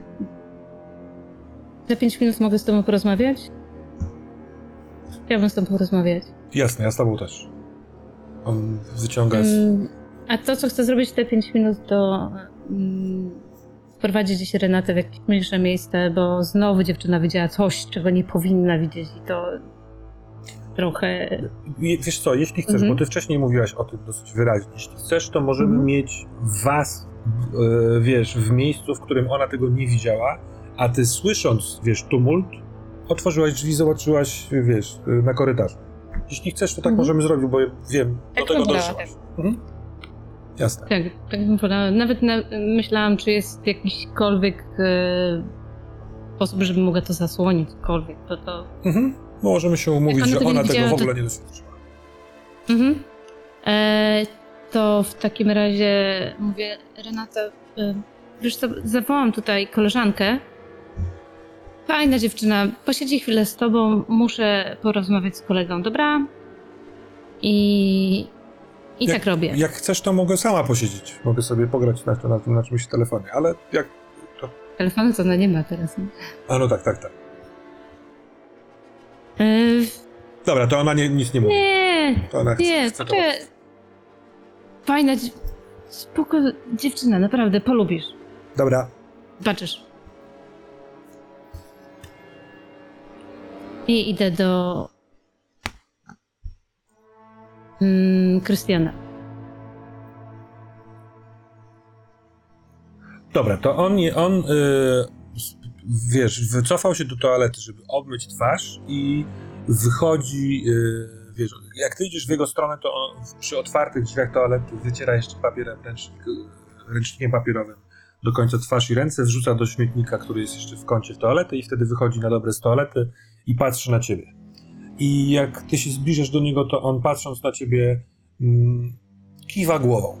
za pięć minut mogę z tobą porozmawiać? Chciałbym z tobą porozmawiać. Jasne, ja z tobą też. On wyciąga... Z... Mm, a to, co chcę zrobić w te pięć minut, to mm, wprowadzić dziś Renatę w jakieś mniejsze miejsce, bo znowu dziewczyna widziała coś, czego nie powinna widzieć i to trochę... Je- Wiesz co, jeśli chcesz, Mhm. bo ty wcześniej mówiłaś o tym dosyć wyraźnie, jeśli chcesz, to możemy Mhm. mieć was, e, wiesz, w miejscu, w którym ona tego nie widziała, a ty słysząc, wiesz, tumult, otworzyłaś drzwi, zobaczyłaś, wiesz, e, na korytarzu. Jeśli chcesz, to tak Mhm. możemy zrobić, bo wiem, do Tak tego bym wolała, doszłaś. Mhm. Jasne. Tak, tak bym wolała. Nawet na, myślałam, czy jest jakiśkolwiek e, sposób, żebym mogła to zasłonić, cokolwiek, to to... Mhm. No, możemy się umówić, ona że tego ona nie tego widziała, w to- ogóle nie doświadczyła. Mhm. E, to w takim razie mówię: Renata, e, wiesz co, zawołam tutaj koleżankę. Fajna dziewczyna, posiedzi chwilę z tobą, muszę porozmawiać z kolegą, dobra? I, i Jak- tak robię. Jak chcesz, to mogę sama posiedzieć. Mogę sobie pograć na, na, tym, na czymś w telefonie, ale jak... To... Telefonu to ona nie ma teraz. Nie? A no tak, tak, tak. E, Dobra, to ona nie, nic nie mówi. nie, To ona chce, nie, chce to... poczekaj. Fajna, dziew- spoko dziewczyna, naprawdę, polubisz. Dobra. Zobaczysz. I idę do mm, Krystiana. Dobra, to on, nie- on yy, wiesz, wycofał się do toalety, żeby obmyć twarz i wychodzi, yy, wiesz, jak ty idziesz w jego stronę, to on przy otwartych drzwiach toalety wyciera jeszcze papierem ręcznik, yy, ręcznikiem papierowym do końca twarz i ręce, wrzuca do śmietnika, który jest jeszcze w kącie w toalety i wtedy wychodzi na dobre z toalety i patrzy na ciebie. I jak ty się zbliżasz do niego, to on patrząc na ciebie mm, kiwa głową.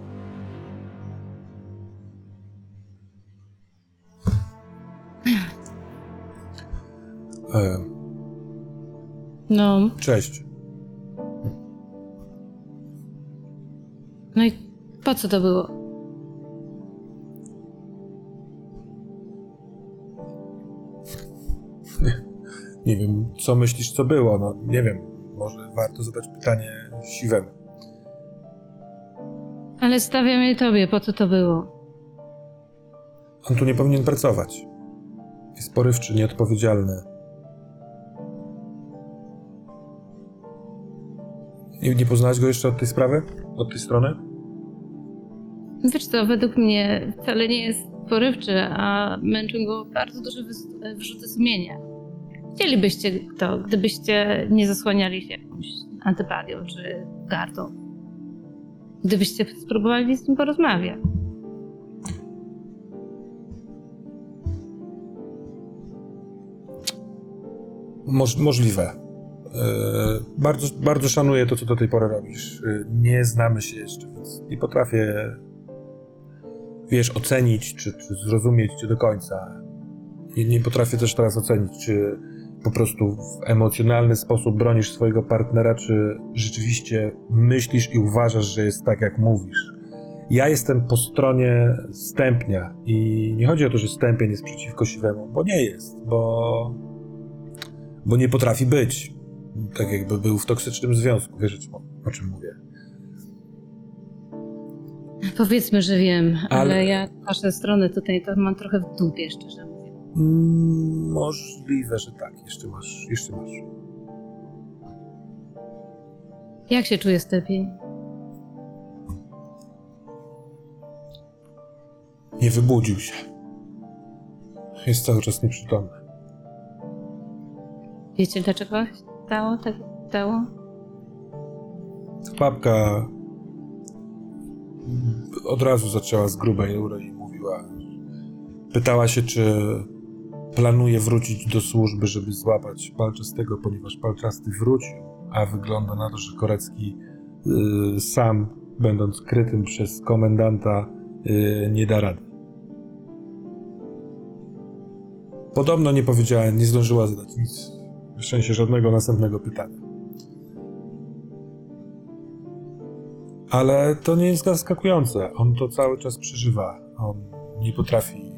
E, No, Cześć. no i po co to było? Nie wiem, co myślisz, co było. No, nie wiem, może warto zadać pytanie Siwemu. Ale stawiam je tobie, po co to było? On tu nie powinien pracować. Jest porywczy, nieodpowiedzialny. Nie, nie poznałeś go jeszcze od tej sprawy? Od tej strony? Wiesz co, według mnie wcale nie jest porywczy, a męczą go bardzo duże wys- wyrzuty sumienia. Chcielibyście to, gdybyście nie zasłaniali się jakąś antypatią czy gardą. Gdybyście spróbowali z nim porozmawiać. Moż, możliwe. Yy, bardzo, bardzo szanuję to, co do tej pory robisz. Yy, nie znamy się jeszcze, więc nie potrafię, wiesz, ocenić, czy, czy zrozumieć cię do końca. Nie, nie potrafię też teraz ocenić, czy po prostu w emocjonalny sposób bronisz swojego partnera, czy rzeczywiście myślisz i uważasz, że jest tak, jak mówisz. Ja jestem po stronie Stępnia i nie chodzi o to, że Stępień jest przeciwko Siwemu, bo nie jest, bo, bo nie potrafi być. Tak jakby był w toksycznym związku, wiesz o czym mówię. Powiedzmy, że wiem, ale, Ale- ja wasze strony tutaj to mam trochę w dupie, szczerze mówiąc. Mm, możliwe, że tak. Jeszcze masz, jeszcze masz. Jak się czuje Stępień? Nie wybudził się. Jest cały czas nieprzytomny. Wiecie, dlaczego się stało tak stało? Babka od razu zaczęła z grubej rury i mówiła. Pytała się, czy planuje wrócić do służby, żeby złapać Palczastego, ponieważ Palczasty wrócił, a wygląda na to, że Korecki yy, sam, będąc krytym przez komendanta, yy, nie da rady. Podobno nie powiedziała, nie zdążyła zadać nic, w szczęście żadnego następnego pytania. Ale to nie jest zaskakujące. On to cały czas przeżywa. On nie potrafi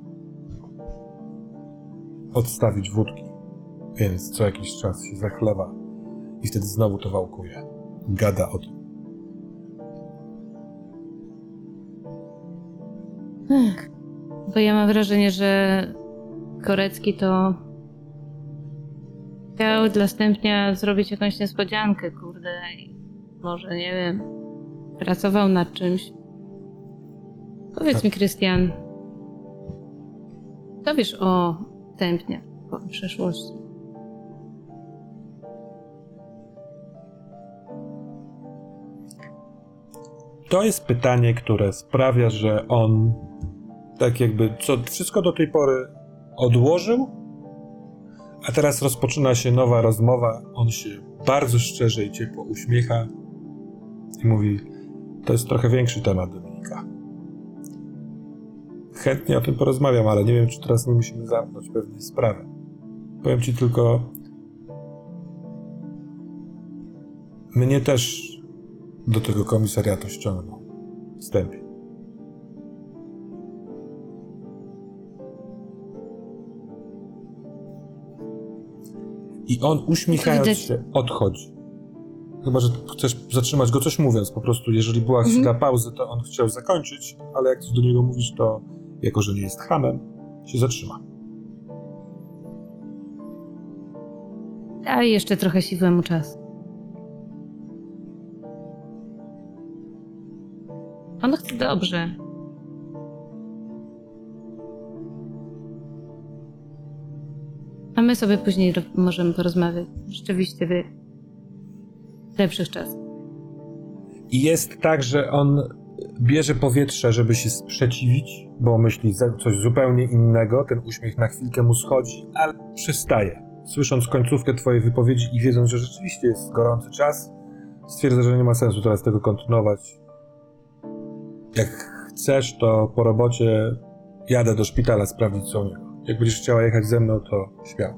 odstawić wódki, więc co jakiś czas się zachlewa i wtedy znowu to wałkuje. Gada o tym. Ech, bo ja mam wrażenie, że Korecki to chciał dla Stępnia zrobić jakąś niespodziankę, kurde, i może, nie wiem, pracował nad czymś. Powiedz mi, Krystian, co wiesz o Stępnia po przeszłości? To jest pytanie, które sprawia, że on tak jakby co, wszystko do tej pory odłożył, a teraz rozpoczyna się nowa rozmowa. On się bardzo szczerze i ciepło uśmiecha i mówi: to jest trochę większy temat, Dominika. Chętnie o tym porozmawiam, ale nie wiem, czy teraz nie musimy zamknąć pewnej sprawy. Powiem ci tylko, mnie też do tego komisariatu ściągnął Stępień. I on, uśmiechając Widać- się, odchodzi. Chyba że chcesz zatrzymać go coś mówiąc, po prostu jeżeli była Mhm. chwila pauzy, to on chciał zakończyć, ale jak coś do niego mówisz, to jako że nie jest chamem, się zatrzyma. Daj jeszcze trochę siwemu czas. On chce dobrze. A my sobie później ro- możemy porozmawiać. Rzeczywiście wy... lepszych czasów. I jest tak, że on bierze powietrze, żeby się sprzeciwić, bo myśli za- coś zupełnie innego, ten uśmiech na chwilkę mu schodzi, ale przestaje. Słysząc końcówkę twojej wypowiedzi i wiedząc, że rzeczywiście jest gorący czas, stwierdza, że nie ma sensu teraz tego kontynuować. Jak chcesz, to po robocie jadę do szpitala sprawdzić, co u niego. Jak będziesz chciała jechać ze mną, to śmiało.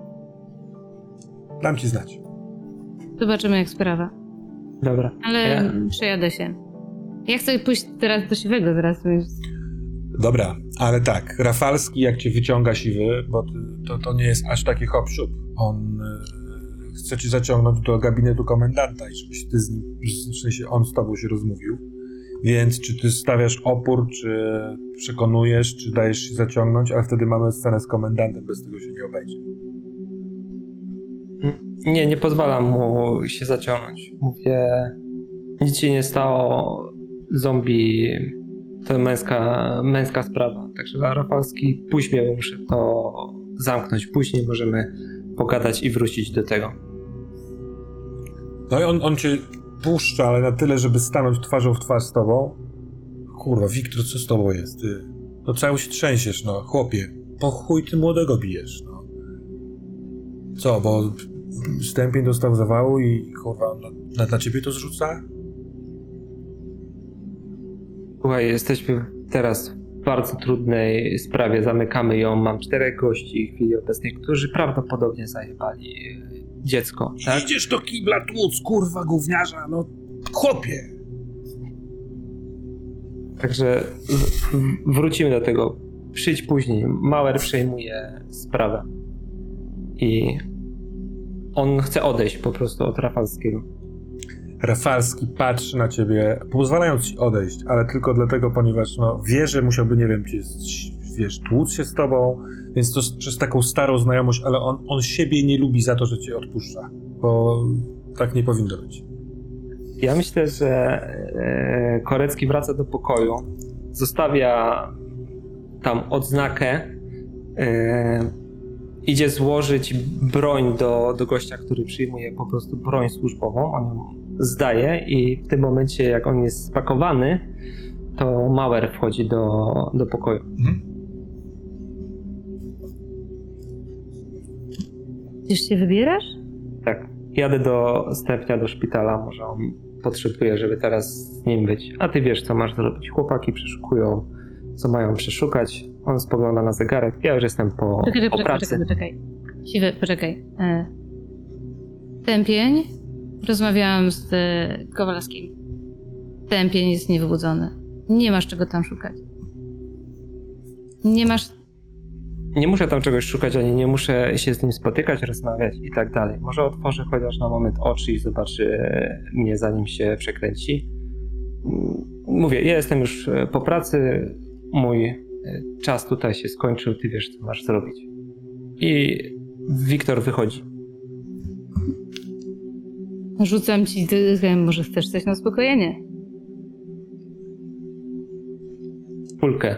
Dam ci znać. Zobaczymy, jak sprawa. Dobra. Ale Ja- przejadę się. Ja chcę pójść teraz do siwego zaraz, więc... Dobra, ale tak, Rafalski jak cię wyciąga siwy, bo ty, to, to nie jest aż taki hop-siup. On y, chce cię zaciągnąć do gabinetu komendanta i żebyś ty z nim, w sensie on z tobą się rozmówił. Więc czy ty stawiasz opór, czy przekonujesz, czy dajesz się zaciągnąć, ale wtedy mamy scenę z komendantem, bez tego się nie obejdzie. Nie, nie pozwalam mu się zaciągnąć. Mówię, nic się nie stało, zombie to męska, męska sprawa. Także Rafalski, puść mnie, bo muszę to zamknąć. Później możemy pogadać i wrócić do tego. No i on, on cię puszcza, ale na tyle, żeby stanąć twarzą w twarz z tobą. Kurwa, Wiktor, co z tobą jest? Ty? No cały się trzęsiesz, no, chłopie. Po chuj ty młodego bijesz, no. Co, bo Stępień dostał zawału i kurwa, on na, na ciebie to zrzuca? Słuchaj, jesteśmy teraz w bardzo trudnej sprawie. Zamykamy ją. Mam czterech gości w chwili obecnej, którzy prawdopodobnie zajebali e, dziecko, tak? Idziesz do kibla tłuc, kurwa, gówniarza, no chłopie. Także w- w- wrócimy do tego. Przyjdź później. Mauer przejmuje sprawę. I on chce odejść po prostu od Rafalskiego. Rafalski patrzy na ciebie, pozwalając ci odejść, ale tylko dlatego, ponieważ no, wie, że musiałby, nie wiem, cię, wiesz, tłuc się z tobą, więc to s- przez taką starą znajomość, ale on, on siebie nie lubi za to, że cię odpuszcza, bo tak nie powinno być. Ja myślę, że e, Korecki wraca do pokoju, zostawia tam odznakę, e, idzie złożyć broń do, do gościa, który przyjmuje po prostu broń służbową, on ją zdaje i w tym momencie, jak on jest spakowany, to Mauer wchodzi do, do pokoju. Mhm. Gdzieś się wybierasz? Tak, jadę do Stępnia, do szpitala, może on potrzebuje, żeby teraz z nim być, a ty wiesz, co masz zrobić. Chłopaki przeszukują, co mają przeszukać, On spogląda na zegarek. Ja już jestem po, Poczekaj, po poczekaj, pracy. poczekaj, poczekaj. Siwy, poczekaj. E, Tępień. Rozmawiałam z e, Kowalskim. Tępień jest niewybudzony. Nie masz czego tam szukać. Nie masz... Nie muszę tam czegoś szukać, ani nie muszę się z nim spotykać, rozmawiać i tak dalej. Może otworzy chociaż na moment oczy i zobaczy mnie, zanim się przekręci. Mówię, ja jestem już po pracy, mój czas tutaj się skończył, ty wiesz, co masz zrobić. I Wiktor wychodzi. Rzucam ci dychę, może chcesz coś na uspokojenie? Kulkę.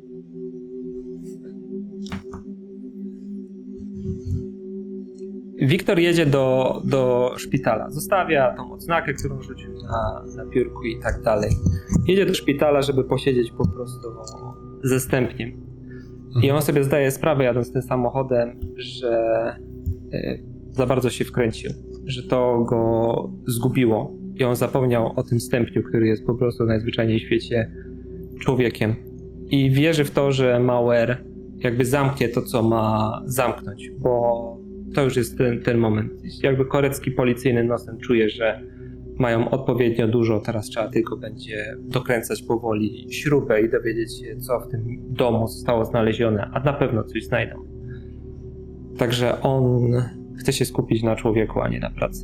Wiktor jedzie do, do szpitala. Zostawia tą odznakę, którą rzucił na, na piórku i tak dalej. Jedzie do szpitala, żeby posiedzieć po prostu ze Stępniem. I on sobie zdaje sprawę, jadąc tym samochodem, że y, za bardzo się wkręcił. Że to go zgubiło. I on zapomniał o tym Stępniu, który jest po prostu najzwyczajniej w świecie człowiekiem. I wierzy w to, że Mauer jakby zamknie to, co ma zamknąć, bo to już jest ten, ten moment. Jakby Korecki policyjnym nosem czuje, że mają odpowiednio dużo, teraz trzeba tylko będzie dokręcać powoli śrubę i dowiedzieć się, co w tym domu zostało znalezione, a na pewno coś znajdą. Także on chce się skupić na człowieku, a nie na pracy.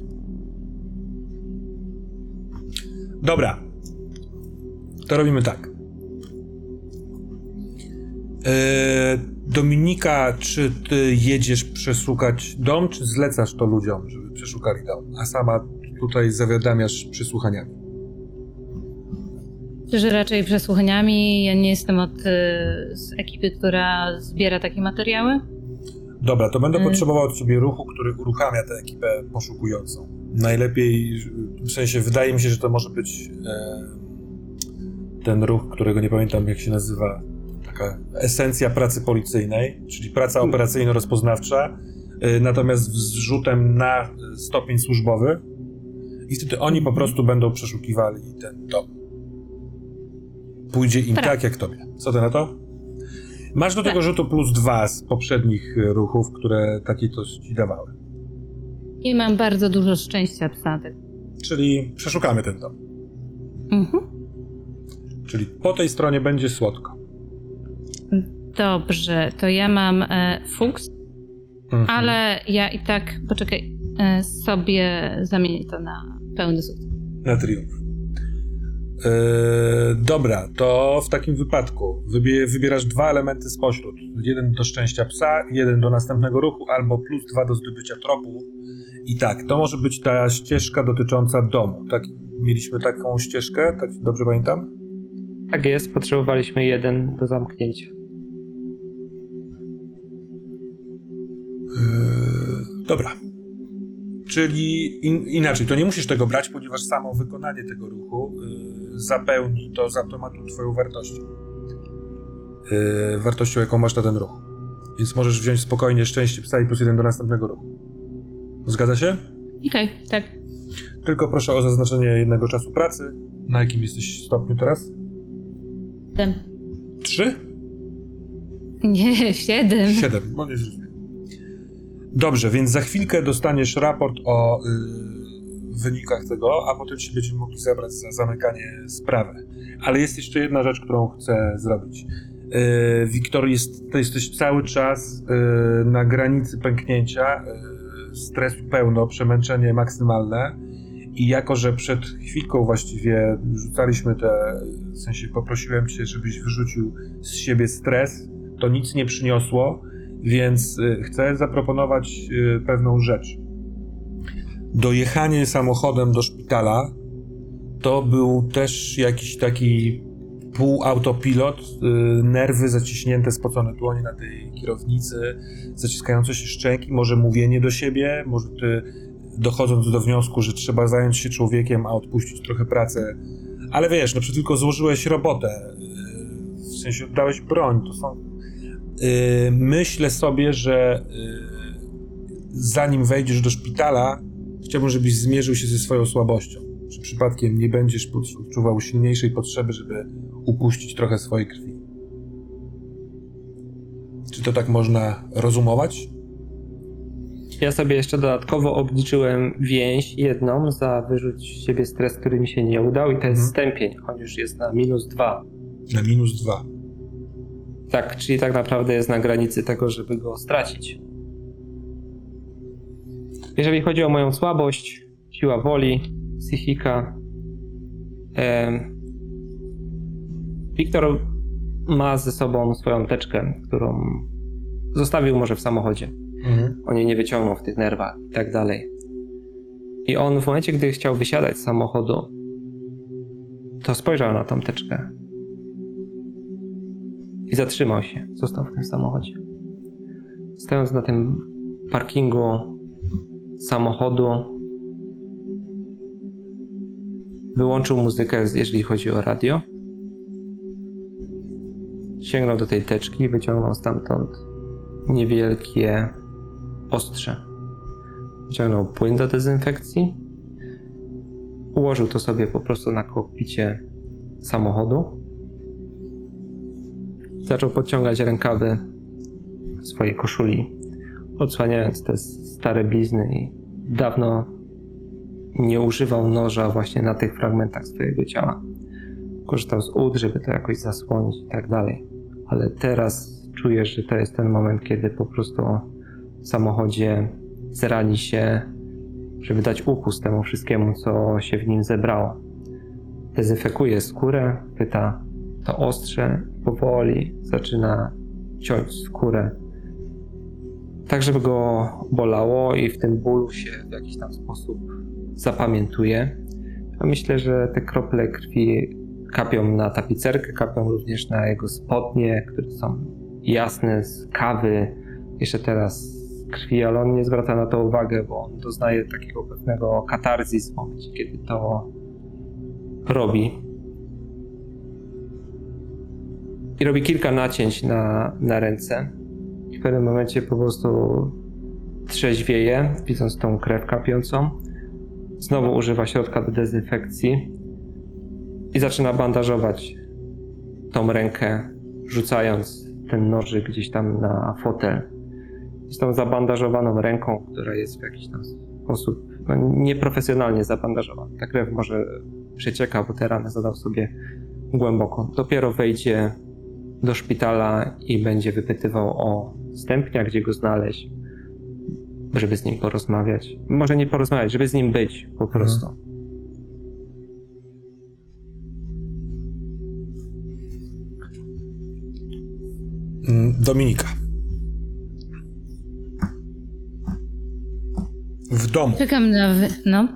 Dobra. To robimy tak. Eee, Dominika, czy ty jedziesz przeszukać dom, czy zlecasz to ludziom, żeby przeszukali dom, a sama tutaj zawiadamiasz przesłuchaniami? Że raczej przesłuchaniami. Ja nie jestem od y, z ekipy, która zbiera takie materiały. Dobra, to będę Mm. potrzebował od ciebie ruchu, który uruchamia tę ekipę poszukującą. Najlepiej, w sensie wydaje mi się, że to może być e, ten ruch, którego nie pamiętam jak się nazywa, taka esencja pracy policyjnej, czyli praca operacyjno-rozpoznawcza, e, natomiast z rzutem na stopień służbowy i wtedy oni po prostu będą przeszukiwali ten dom. Pójdzie im Dobra. tak jak tobie. Co ty na to? Masz do tego rzutu plus dwa z poprzednich ruchów, które takie to ci dawały. I mam bardzo dużo szczęścia psatek. Czyli przeszukamy ten dom. Mhm. Czyli po tej stronie będzie słodko. Dobrze, to ja mam e, fuks, Mhm. ale ja i tak, poczekaj, e, sobie zamienię to na pełny sukces. Na triumf. Yy, dobra, to w takim wypadku wybie, wybierasz dwa elementy spośród. Jeden do szczęścia psa, jeden do następnego ruchu, albo plus dwa do zdobycia tropu. I tak, to może być ta ścieżka dotycząca domu. Tak, mieliśmy taką ścieżkę, tak dobrze pamiętam? Tak jest, potrzebowaliśmy jeden do zamknięcia. Yy, dobra. Czyli in, inaczej, to nie musisz tego brać, ponieważ samo wykonanie tego ruchu yy, zapełni to z automatu twoją wartością. Yy, wartością, jaką masz na ten ruch. Więc możesz wziąć spokojnie szczęście psa i plus jeden do następnego ruchu. Zgadza się? Okej, tak. Tylko proszę o zaznaczenie jednego czasu pracy. Na jakim jesteś stopniu teraz? Siedem. Trzy? Nie, siedem. Siedem. No nie zrozumiałem. Dobrze, więc za chwilkę dostaniesz raport o y, wynikach tego, a potem się będziemy mogli zabrać za zamykanie sprawy. Ale jest jeszcze jedna rzecz, którą chcę zrobić. Y, Wiktor, jest, to jesteś cały czas y, na granicy pęknięcia, y, stresu pełno, przemęczenie maksymalne i jako, że przed chwilką właściwie rzucaliśmy te, w sensie poprosiłem cię, żebyś wyrzucił z siebie stres, to nic nie przyniosło. Więc y, chcę zaproponować y, pewną rzecz. Dojechanie samochodem do szpitala to był też jakiś taki półautopilot, y, nerwy zaciśnięte, spocone dłonie na tej kierownicy, zaciskające się szczęki, może mówienie do siebie, może ty dochodząc do wniosku, że trzeba zająć się człowiekiem, a odpuścić trochę pracę. Ale wiesz, no przecież tylko złożyłeś robotę, y, w sensie oddałeś broń, to są... Yy, myślę sobie, że yy, zanim wejdziesz do szpitala, chciałbym, żebyś zmierzył się ze swoją słabością. Czy przypadkiem nie będziesz odczuwał silniejszej potrzeby, żeby upuścić trochę swojej krwi. to tak można rozumować? Ja sobie jeszcze dodatkowo obliczyłem więź jedną za wyrzuć z siebie stres, który mi się nie udał i to jest Mhm. stępień. On już jest na minus dwa. Na minus dwa. Tak, czyli tak naprawdę jest na granicy tego, żeby go stracić. Jeżeli chodzi o moją słabość, siła woli, psychika, em, Wiktor ma ze sobą swoją teczkę, którą zostawił może w samochodzie. Mhm. On jej nie wyciągnął w tych nerwach i tak dalej. I on w momencie, gdy chciał wysiadać z samochodu, to spojrzał na tą teczkę. I zatrzymał się. Został w tym samochodzie. Stojąc na tym parkingu samochodu, wyłączył muzykę, jeżeli chodzi o radio. Sięgnął do tej teczki, wyciągnął stamtąd niewielkie ostrze. Wyciągnął płyn do dezynfekcji. Ułożył to sobie po prostu na kokpicie samochodu. Zaczął podciągać rękawy swojej koszuli, odsłaniając te stare blizny i dawno nie używał noża właśnie na tych fragmentach swojego ciała. Korzystał z ud, żeby to jakoś zasłonić i tak dalej. Ale teraz czujesz, że to jest ten moment, kiedy po prostu w samochodzie zrani się, żeby dać upust temu wszystkiemu, co się w nim zebrało. Dezynfekuje skórę, pyta to ostrze, powoli zaczyna ciąć skórę, tak żeby go bolało i w tym bólu się w jakiś tam sposób zapamiętuje. A myślę, że te krople krwi kapią na tapicerkę, kapią również na jego spodnie, które są jasne z kawy, jeszcze teraz z krwi, ale on nie zwraca na to uwagę, bo on doznaje takiego pewnego katarzis w momencie, kiedy to robi. I robi kilka nacięć na, na ręce. I w pewnym momencie po prostu trzeźwieje, widząc tą krew kapiącą. Znowu używa środka do dezynfekcji i zaczyna bandażować tą rękę, rzucając ten nożyk gdzieś tam na fotel. Z tą zabandażowaną ręką, która jest w jakiś tam sposób no, nieprofesjonalnie zabandażowana. Ta krew może przecieka, bo te rany zadał sobie głęboko. Dopiero wejdzie do szpitala i będzie wypytywał o stępnia, gdzie go znaleźć, żeby z nim porozmawiać. Może nie porozmawiać, żeby z nim być po prostu. Dominika. W domu. Czekam na wy... No.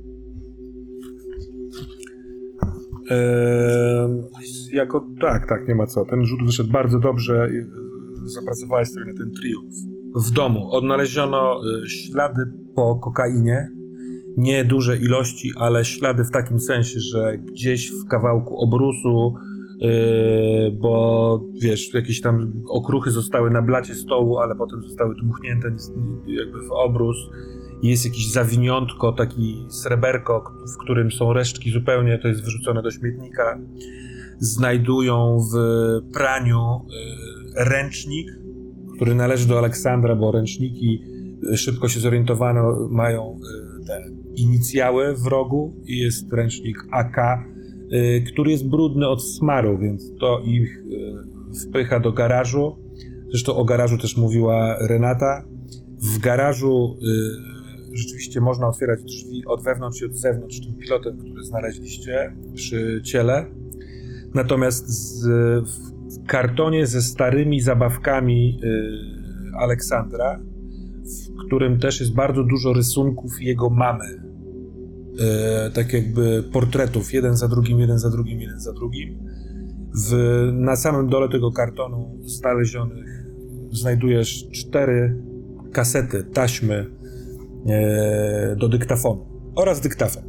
Eee, jako tak, tak, nie ma co. Ten rzut wyszedł bardzo dobrze. Zapracowałeś sobie na ten triumf. W domu odnaleziono y, ślady po kokainie. Nie duże ilości, ale ślady w takim sensie, że gdzieś w kawałku obrusu, yy, bo wiesz, jakieś tam okruchy zostały na blacie stołu, ale potem zostały dmuchnięte jakby w obrus. Jest jakieś zawiniątko, taki sreberko, w którym są resztki zupełnie, to jest wyrzucone do śmietnika. Znajdują w praniu yy, ręcznik, który należy do Aleksandra, bo ręczniki, yy, szybko się zorientowano, mają yy, te inicjały w rogu i jest ręcznik A K, yy, który jest brudny od smaru, więc to ich yy, wpycha do garażu. Zresztą o garażu też mówiła Renata. W garażu yy, rzeczywiście można otwierać drzwi od wewnątrz i od zewnątrz tym pilotem, który znaleźliście przy ciele. Natomiast z, w kartonie ze starymi zabawkami yy, Aleksandra, w którym też jest bardzo dużo rysunków jego mamy. Yy, tak jakby portretów, jeden za drugim, jeden za drugim, jeden za drugim. W, na samym dole tego kartonu znalezionych znajdujesz cztery kasety, taśmy yy, do dyktafonu oraz dyktafon.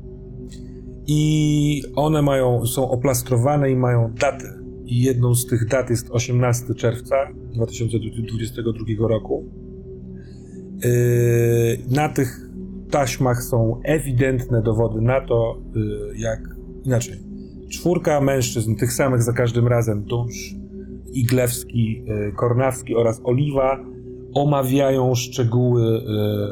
I one mają, są oplastrowane i mają daty. I jedną z tych dat jest osiemnastego czerwca dwa tysiące dwudziestego drugiego roku. Yy, na tych taśmach są ewidentne dowody na to, yy, jak inaczej. Czwórka mężczyzn, tych samych za każdym razem, Dunsz Iglewski, y, Kornawski oraz Oliwa omawiają szczegóły y,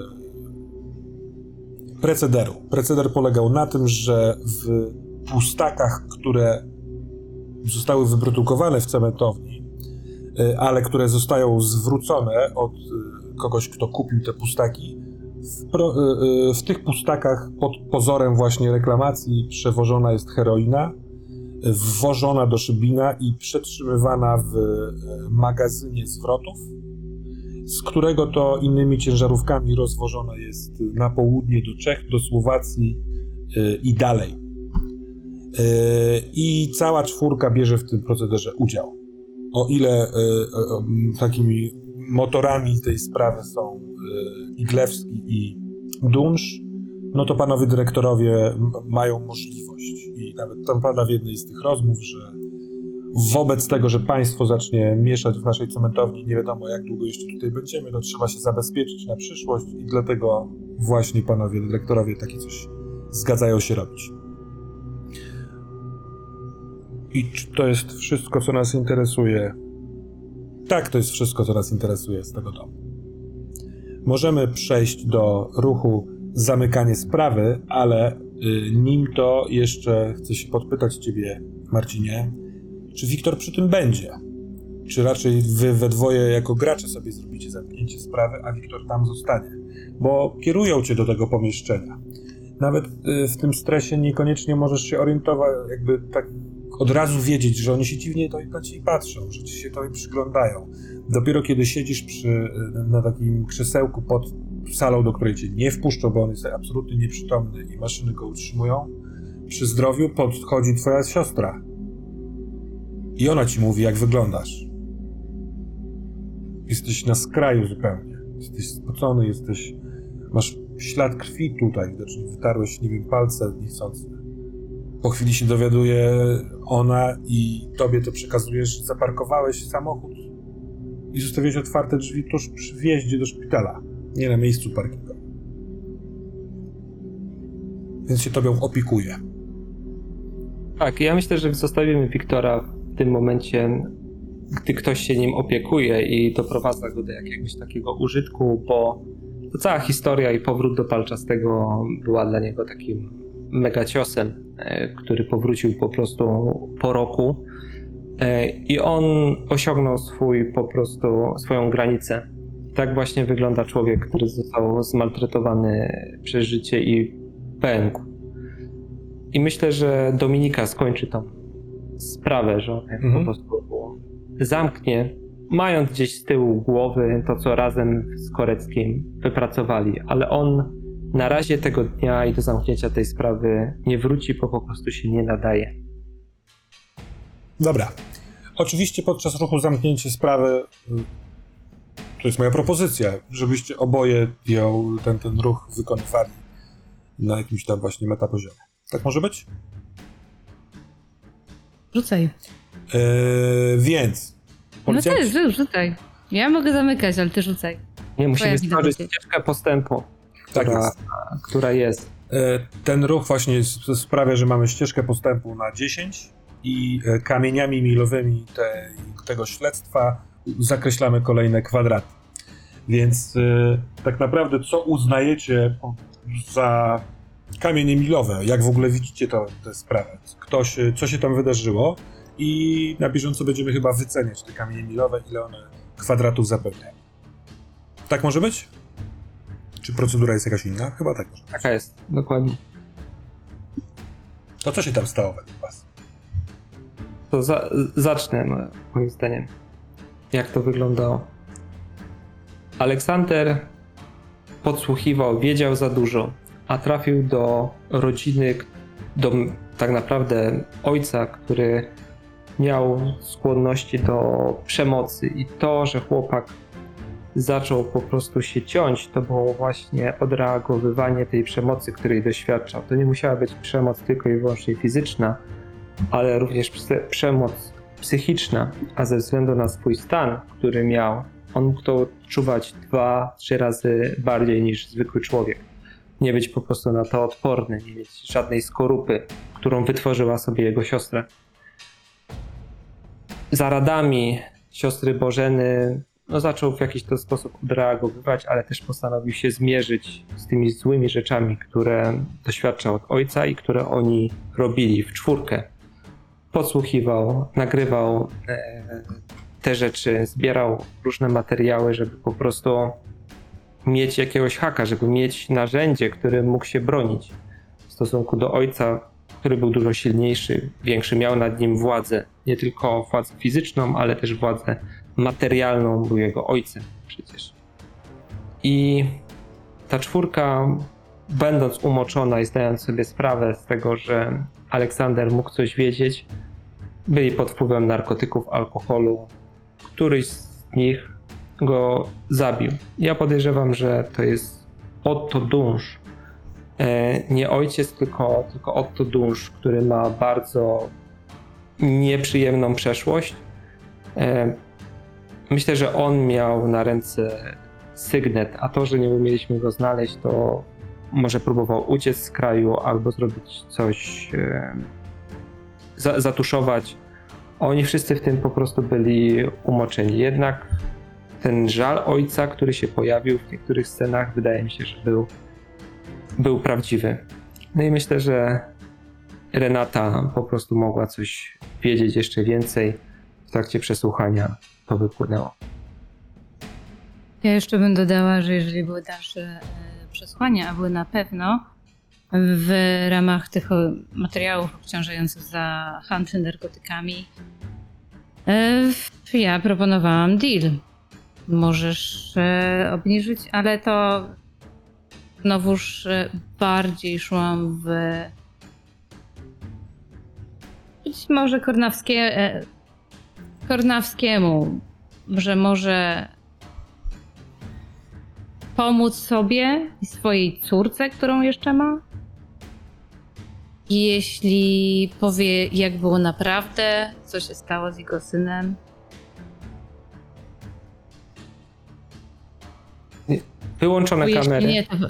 precederu. Preceder polegał na tym, że w pustakach, które zostały wyprodukowane w cementowni, y, ale które zostają zwrócone od y, kogoś, kto kupił te pustaki, w, pro, y, y, w tych pustakach pod pozorem właśnie reklamacji przewożona jest heroina, wwożona do Szybina i przetrzymywana w magazynie zwrotów, z którego to innymi ciężarówkami rozwożona jest na południe do Czech, do Słowacji yy, i dalej. Yy, I cała czwórka bierze w tym procederze udział. O ile yy, yy, takimi motorami tej sprawy są yy, Iglewski i Dunsz, no to panowie dyrektorowie m- mają możliwość i nawet tam pada w jednej z tych rozmów, że wobec tego, że państwo zacznie mieszać w naszej cementowni, nie wiadomo jak długo jeszcze tutaj będziemy, to trzeba się zabezpieczyć na przyszłość i dlatego właśnie panowie dyrektorowie takie coś zgadzają się robić. I czy to jest wszystko, co nas interesuje? Tak, to jest wszystko, co nas interesuje z tego domu. Możemy przejść do ruchu zamykanie sprawy, ale y, nim to jeszcze chcę się podpytać ciebie, Marcinie, czy Wiktor przy tym będzie? Czy raczej wy we dwoje jako gracze sobie zrobicie zamknięcie sprawy, a Wiktor tam zostanie? Bo kierują cię do tego pomieszczenia. Nawet y, w tym stresie niekoniecznie możesz się orientować, jakby tak od razu wiedzieć, że oni się dziwnie to na ciebie patrzą, że ci się to przyglądają. Dopiero kiedy siedzisz przy, na takim krzesełku pod salą, do której cię nie wpuszczą, bo on jest absolutnie nieprzytomny i maszyny go utrzymują, przy zdrowiu podchodzi twoja siostra. I ona ci mówi, jak wyglądasz. Jesteś na skraju zupełnie. Jesteś spocony, jesteś... Masz ślad krwi tutaj, widocznie wytarłeś, nie wiem, palce niechcący. Po chwili się dowiaduje ona i tobie to przekazujesz, że zaparkowałeś samochód i zostawiłeś otwarte drzwi tuż przy wjeździe do szpitala, nie na miejscu parkingowym. Więc się tobą opiekuje. Tak, ja myślę, że zostawimy Wiktora w tym momencie, gdy ktoś się nim opiekuje i doprowadza go do jakiegoś takiego użytku, bo to cała historia i powrót do Palczastego była dla niego takim mega ciosem, który powrócił po prostu po roku i on osiągnął swój po prostu swoją granicę. Tak właśnie wygląda człowiek, który został zmaltretowany przez życie i pękł. I myślę, że Dominika skończy tą sprawę, że on mhm. po prostu zamknie, mając gdzieś z tyłu głowy to, co razem z Koreckim wypracowali, ale on na razie tego dnia i do zamknięcia tej sprawy nie wróci, bo po prostu się nie nadaje. Dobra. Oczywiście podczas ruchu zamknięcia sprawy, to jest moja propozycja, żebyście oboje ją, ten, ten ruch wykonywali na jakimś tam właśnie metapoziomie. Tak może być? Rzucaj. Yy, więc... Policjanci... No ty, rzuć, rzucaj. Ja mogę zamykać, ale ty rzucaj. Nie, musimy stworzyć ścieżkę postępu, tak która, jest. która jest. Ten ruch właśnie sprawia, że mamy ścieżkę postępu na dziesięć i kamieniami milowymi te, tego śledztwa zakreślamy kolejne kwadraty. Więc tak naprawdę co uznajecie za kamienie milowe? Jak w ogóle widzicie to, tę sprawę? Ktoś, co się tam wydarzyło? I na bieżąco będziemy chyba wyceniać te kamienie milowe, ile one kwadratów zapełniają. Tak może być? Czy procedura jest jakaś inna? Chyba tak może być. Taka jest, dokładnie. To co się tam stało według was? To za, zacznę moim zdaniem. Jak to wyglądało. Aleksander podsłuchiwał, wiedział za dużo, a trafił do rodziny, do tak naprawdę ojca, który miał skłonności do przemocy i to, że chłopak zaczął po prostu się ciąć, to było właśnie odreagowywanie tej przemocy, której doświadczał. To nie musiała być przemoc tylko i wyłącznie fizyczna, ale również przemoc psychiczna, a ze względu na swój stan, który miał, on mógł to odczuwać dwa, trzy razy bardziej niż zwykły człowiek. Nie być po prostu na to odporny, nie mieć żadnej skorupy, którą wytworzyła sobie jego siostra. zaradami siostry Bożeny no, zaczął w jakiś to sposób odreagowywać, ale też postanowił się zmierzyć z tymi złymi rzeczami, które doświadczał od ojca i które oni robili w czwórkę. Podsłuchiwał, nagrywał e, te rzeczy, zbierał różne materiały, żeby po prostu mieć jakiegoś haka, żeby mieć narzędzie, którym mógł się bronić w stosunku do ojca, który był dużo silniejszy, większy, miał nad nim władzę, nie tylko władzę fizyczną, ale też władzę materialną, był jego ojcem przecież. I ta czwórka, będąc umoczona i zdając sobie sprawę z tego, że Aleksander mógł coś wiedzieć, byli pod wpływem narkotyków, alkoholu. Któryś z nich go zabił. Ja podejrzewam, że to jest Otto Dunsz. Nie ojciec, tylko, tylko Otto Dunsz, który ma bardzo nieprzyjemną przeszłość. Myślę, że on miał na ręce sygnet, a to, że nie umieliśmy go znaleźć, to może próbował uciec z kraju albo zrobić coś, za, zatuszować. Oni wszyscy w tym po prostu byli umoczeni. Jednak ten żal ojca, który się pojawił w niektórych scenach, wydaje mi się, że był, był prawdziwy. No i myślę, że Renata po prostu mogła coś wiedzieć jeszcze więcej. W trakcie przesłuchania to wypłynęło. Ja jeszcze bym dodała, że jeżeli były dalsze e, przesłania, a były na pewno w ramach tych o, materiałów obciążających za handel narkotykami, e, ja proponowałam deal. Możesz e, obniżyć, ale to znowuż e, bardziej szłam w być może Kornawskie, e, Kornawskiemu, że może pomóc sobie i swojej córce, którą jeszcze ma. Jeśli powie, jak było naprawdę, co się stało z jego synem. Wyłączone Bo jeśli kamery. nie, to...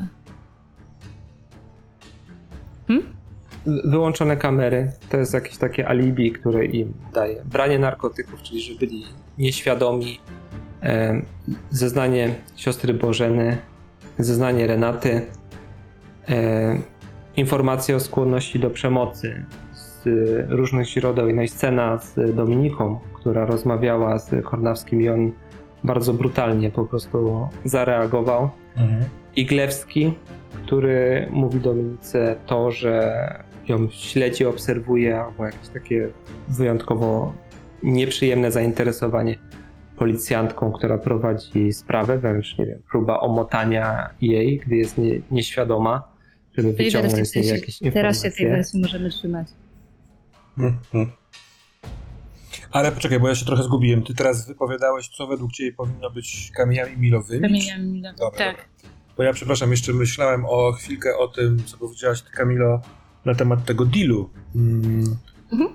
Hmm? Wyłączone kamery to jest jakieś takie alibi, które im daje. Branie narkotyków, czyli że byli nieświadomi. E, zeznanie siostry Bożeny, zeznanie Renaty, e, informacje o skłonności do przemocy z różnych źródeł. No i scena z Dominiką, która rozmawiała z Kornawskim i on bardzo brutalnie po prostu zareagował. Mhm. Iglewski, który mówi Dominice to, że ją śledzi, obserwuje, albo jakieś takie wyjątkowo nieprzyjemne zainteresowanie policjantką, która prowadzi sprawę, wręcz, nie wiem, próba omotania jej, gdy jest nie, nieświadoma, żeby wyciągnąć z niej jakieś informacje. Teraz się tej wersji możemy trzymać. Mhm. Ale poczekaj, bo ja się trochę zgubiłem. Ty teraz wypowiadałeś, co według ciebie powinno być kamieniami milowymi? Kamieniami milowymi, Dobra, tak. dobra. Bo ja, przepraszam, jeszcze myślałem o chwilkę o tym, co powiedziałaś ty, Kamilo, na temat tego dealu. Mm. Mhm.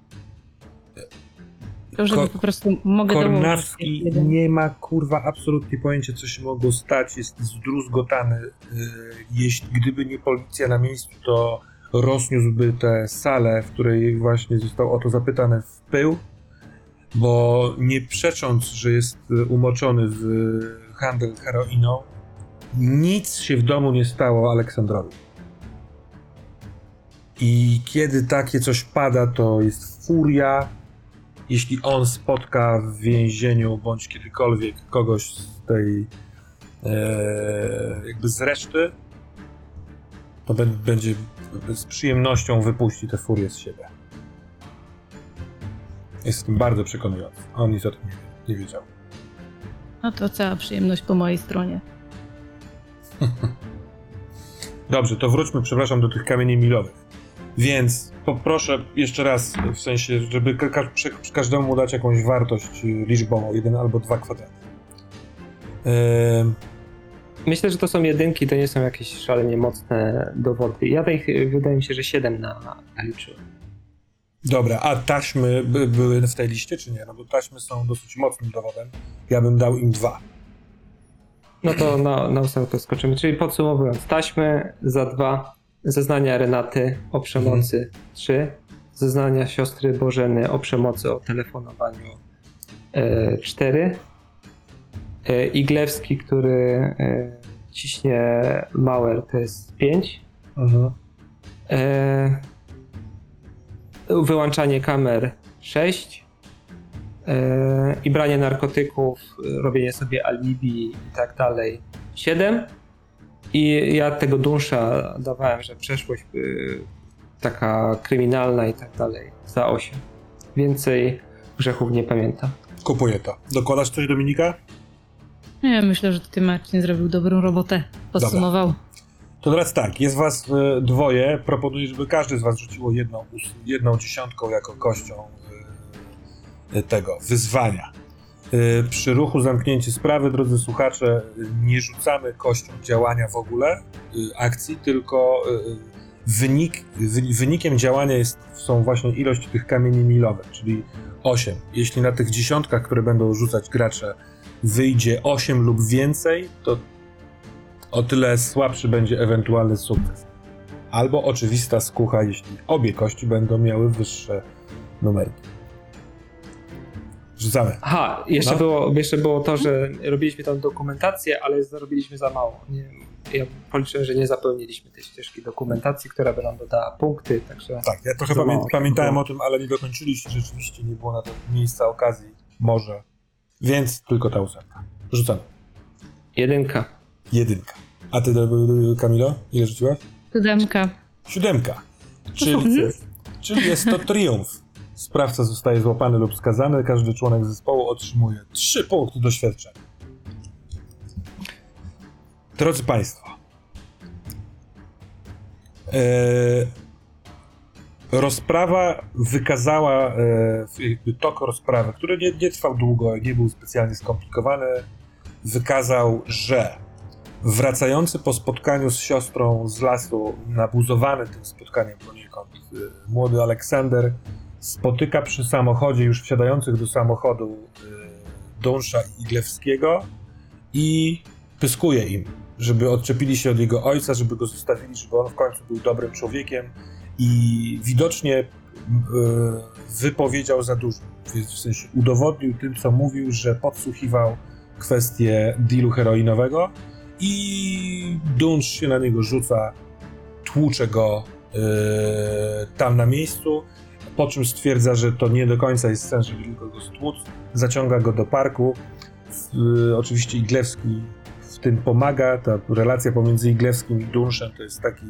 To, żeby Ko- po prostu mogę Kornawski dołożyć. nie ma, kurwa, absolutnie pojęcia, co się mogło stać. Jest zdruzgotany. Yy, jeśli gdyby nie policja na miejscu, to rozniósłby tę salę, w której właśnie został o to zapytany, w pył, bo nie przecząc, że jest umoczony w handel heroiną, nic się w domu nie stało Aleksandrowi. I kiedy takie coś pada, to jest furia. Jeśli on spotka w więzieniu bądź kiedykolwiek kogoś z tej e, jakby z reszty, to b- będzie z przyjemnością wypuści tę furię z siebie. Jestem bardzo przekonujący. On nic o tym nie, nie wiedział. No to cała przyjemność po mojej stronie. Dobrze, to wróćmy, przepraszam, do tych kamieni milowych. Więc poproszę jeszcze raz, w sensie, żeby ka- ka- każdemu dać jakąś wartość liczbową, jeden albo dwa kwadraty. Ehm, Myślę, że to są jedynki, to nie są jakieś szalenie mocne dowody. Ja tych, wydaje mi się, że siedem na, naliczyłem. dobra, a taśmy by, były w tej liście, czy nie? No bo taśmy są dosyć mocnym dowodem. Ja bym dał im dwa. No to na, na ósemkę skoczymy. Czyli podsumowując, taśmy za dwa, zeznania Renaty o przemocy trzy, zeznania siostry Bożeny o przemocy, o telefonowaniu e, cztery. E, Iglewski, który e, ciśnie Mauer, to jest pięć. Mhm. E, wyłączanie kamer sześć. E, i branie narkotyków, robienie sobie alibi i tak dalej siedem. I ja tego Dunsza dawałem, że przeszłość y, taka kryminalna i tak dalej za osiem. Więcej grzechów nie pamiętam. Kupuję to. Dokładasz coś, Dominika? Ja myślę, że tutaj Marcin zrobił dobrą robotę. Podsumował. To teraz tak, jest was y, dwoje. Proponuję, żeby każdy z was rzuciło jedną, ós- jedną dziesiątką jako kością y, y, tego wyzwania. Y, przy ruchu zamknięcie sprawy, drodzy słuchacze, y, nie rzucamy kością działania w ogóle, y, akcji, tylko y, wynik, wy, wynikiem działania jest, są właśnie ilość tych kamieni milowych, czyli osiem. Jeśli na tych dziesiątkach, które będą rzucać gracze, wyjdzie osiem lub więcej, to o tyle słabszy będzie ewentualny sukces. Albo oczywista skucha, jeśli obie kości będą miały wyższe numerki. Rzucamy. Aha, jeszcze, No. było, jeszcze było to, że robiliśmy tam dokumentację, ale zarobiliśmy za mało. Nie, ja policzyłem, że nie zapełniliśmy tej ścieżki dokumentacji, która by nam dodała punkty, także... Tak, ja trochę Za pamię- mało. pamiętałem Było. o tym, ale nie dokończyliście. Rzeczywiście nie było na to miejsca, okazji, może. Więc tylko ta ósemka. Rzucamy. Jedynka. Jedynka. A ty, Kamilo? Ile rzuciłaś? Siódemka. Siódemka. Czyli, czyli jest to triumf. Sprawca zostaje złapany lub skazany, każdy członek zespołu otrzymuje trzy punkty doświadczenia. Drodzy Państwo, e, rozprawa wykazała, e, jakby tok rozprawy, który nie, nie trwał długo, nie był specjalnie skomplikowany, wykazał, że wracający po spotkaniu z siostrą z lasu, nabuzowany tym spotkaniem poniekąd, y, młody Aleksander spotyka przy samochodzie, już wsiadających do samochodu, y, Dunsza i Iglewskiego i pyskuje im, żeby odczepili się od jego ojca, żeby go zostawili, żeby on w końcu był dobrym człowiekiem i widocznie y, wypowiedział za dużo. W sensie udowodnił tym, co mówił, że podsłuchiwał kwestię dealu heroinowego i Dunsz się na niego rzuca, tłucze go yy, tam na miejscu, po czym stwierdza, że to nie do końca jest sens, żeby tylko go stłuc, zaciąga go do parku. Yy, oczywiście Iglewski w tym pomaga, ta relacja pomiędzy Iglewskim i Dunszem to jest taki,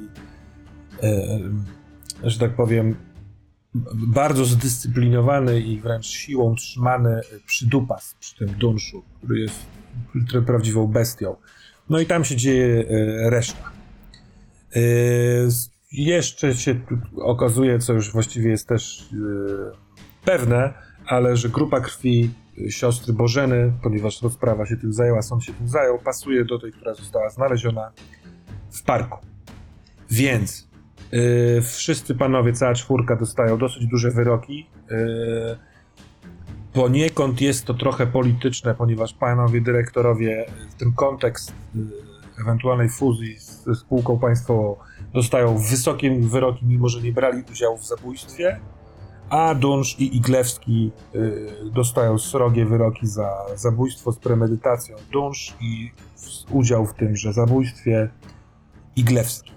yy, że tak powiem, bardzo zdyscyplinowany i wręcz siłą trzymany przydupas przy tym Dunszu, który jest prawdziwą bestią. No i tam się dzieje e, reszta. E, jeszcze się tu okazuje, co już właściwie jest też e, pewne, ale że grupa krwi siostry Bożeny, ponieważ rozprawa się tym zajęła, sąd się tym zajął, pasuje do tej, która została znaleziona w parku. Więc e, wszyscy panowie, cała czwórka dostają dosyć duże wyroki. E, Poniekąd jest to trochę polityczne, ponieważ panowie dyrektorowie, ten kontekst y, ewentualnej fuzji ze spółką państwową, dostają wysokie wyroki, mimo że nie brali udziału w zabójstwie, a Dunsz i Iglewski y, dostają srogie wyroki za zabójstwo z premedytacją Dunsz i w, udział w tymże zabójstwie Iglewski.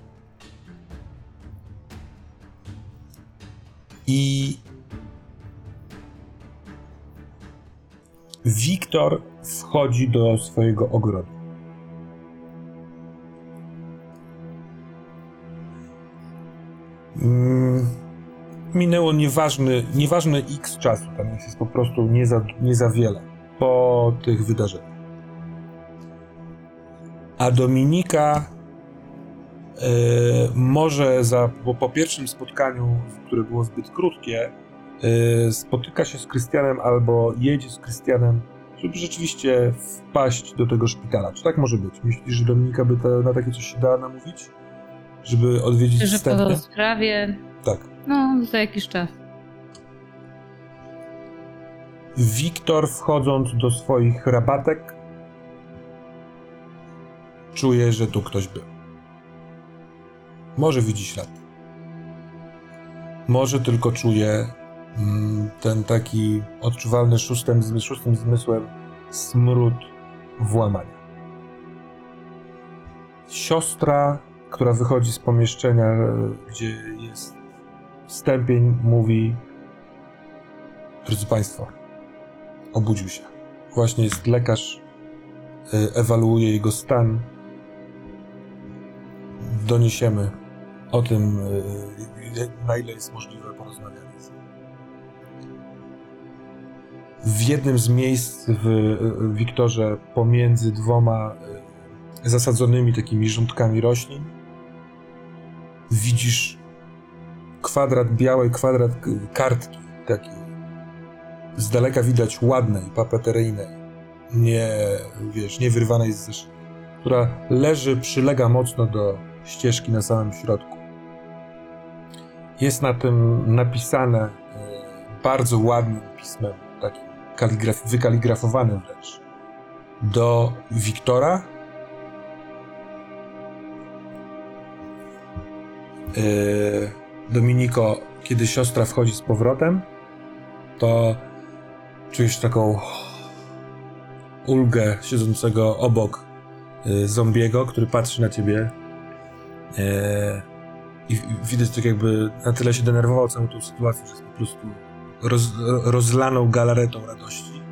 I Wiktor wchodzi do swojego ogrodu. Mm, minęło nieważny, nieważny x czasu, tam jest po prostu nie za, nie za wiele po tych wydarzeniach. A Dominika e, może za, bo po pierwszym spotkaniu, które było zbyt krótkie, spotyka się z Krystianem albo jedzie z Krystianem, żeby rzeczywiście wpaść do tego szpitala. Czy tak może być? Myślisz, że Dominika by ta, na takie coś się dała namówić? Żeby odwiedzić Że wstępnie? po sprawie, Tak. no za jakiś czas. Wiktor, wchodząc do swoich rabatek, czuje, że tu ktoś był. Może widzi ślad. może tylko czuje mm, ten taki odczuwalny szóstym, zmy- szóstym zmysłem smród włamania. Siostra, która wychodzi z pomieszczenia, gdzie jest stępień, mówi: drodzy Państwo, obudził się. Właśnie jest lekarz, ewaluuje jego stan. Doniesiemy o tym, na ile jest możliwe porozmawianie z nim. W jednym z miejsc w Wiktorze pomiędzy dwoma zasadzonymi takimi rządkami roślin widzisz kwadrat, biały kwadrat kartki takiej. Z daleka widać ładnej, papeteryjnej, nie, wiesz, nie wyrwanej z zeszytu, która leży, przylega mocno do ścieżki na samym środku. Jest na tym napisane e, bardzo ładnym pismem, takim kaligraf- wykaligrafowanym wręcz, do Wiktora. E, Dominiko, kiedy siostra wchodzi z powrotem, to czujesz taką ulgę siedzącego obok y, zombiego, który patrzy na ciebie e, i, i widać tak jakby na tyle się denerwował całą tą sytuację, że jest po prostu roz, rozlaną galaretą radości.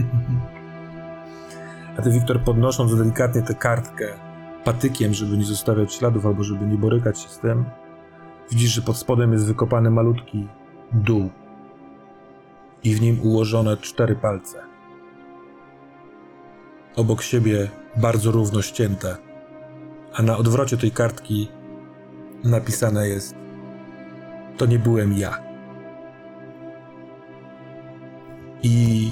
A ty, Wiktor, podnosząc delikatnie tę kartkę patykiem, żeby nie zostawiać śladów albo żeby nie borykać się z tym, widzisz, że pod spodem jest wykopany malutki dół i w nim ułożone cztery palce. Obok siebie bardzo równo ścięte, a na odwrocie tej kartki napisane jest: to nie byłem ja. I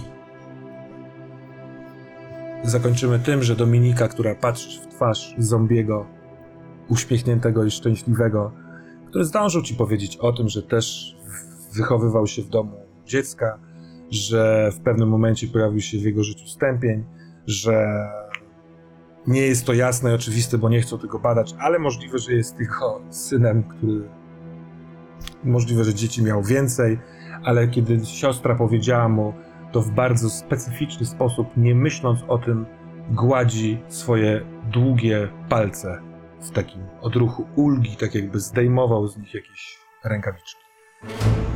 zakończymy tym, że Dominika, która patrzy w twarz zombiego, uśmiechniętego i szczęśliwego, który zdążył ci powiedzieć o tym, że też wychowywał się w domu dziecka, że w pewnym momencie pojawił się w jego życiu stępień, że nie jest to jasne i oczywiste, bo nie chcą tego badać, ale możliwe, że jest tylko synem, który... Możliwe, że dzieci miał więcej, ale kiedy siostra powiedziała mu to w bardzo specyficzny sposób, nie myśląc o tym, gładzi swoje długie palce w takim odruchu ulgi, tak jakby zdejmował z nich jakieś rękawiczki.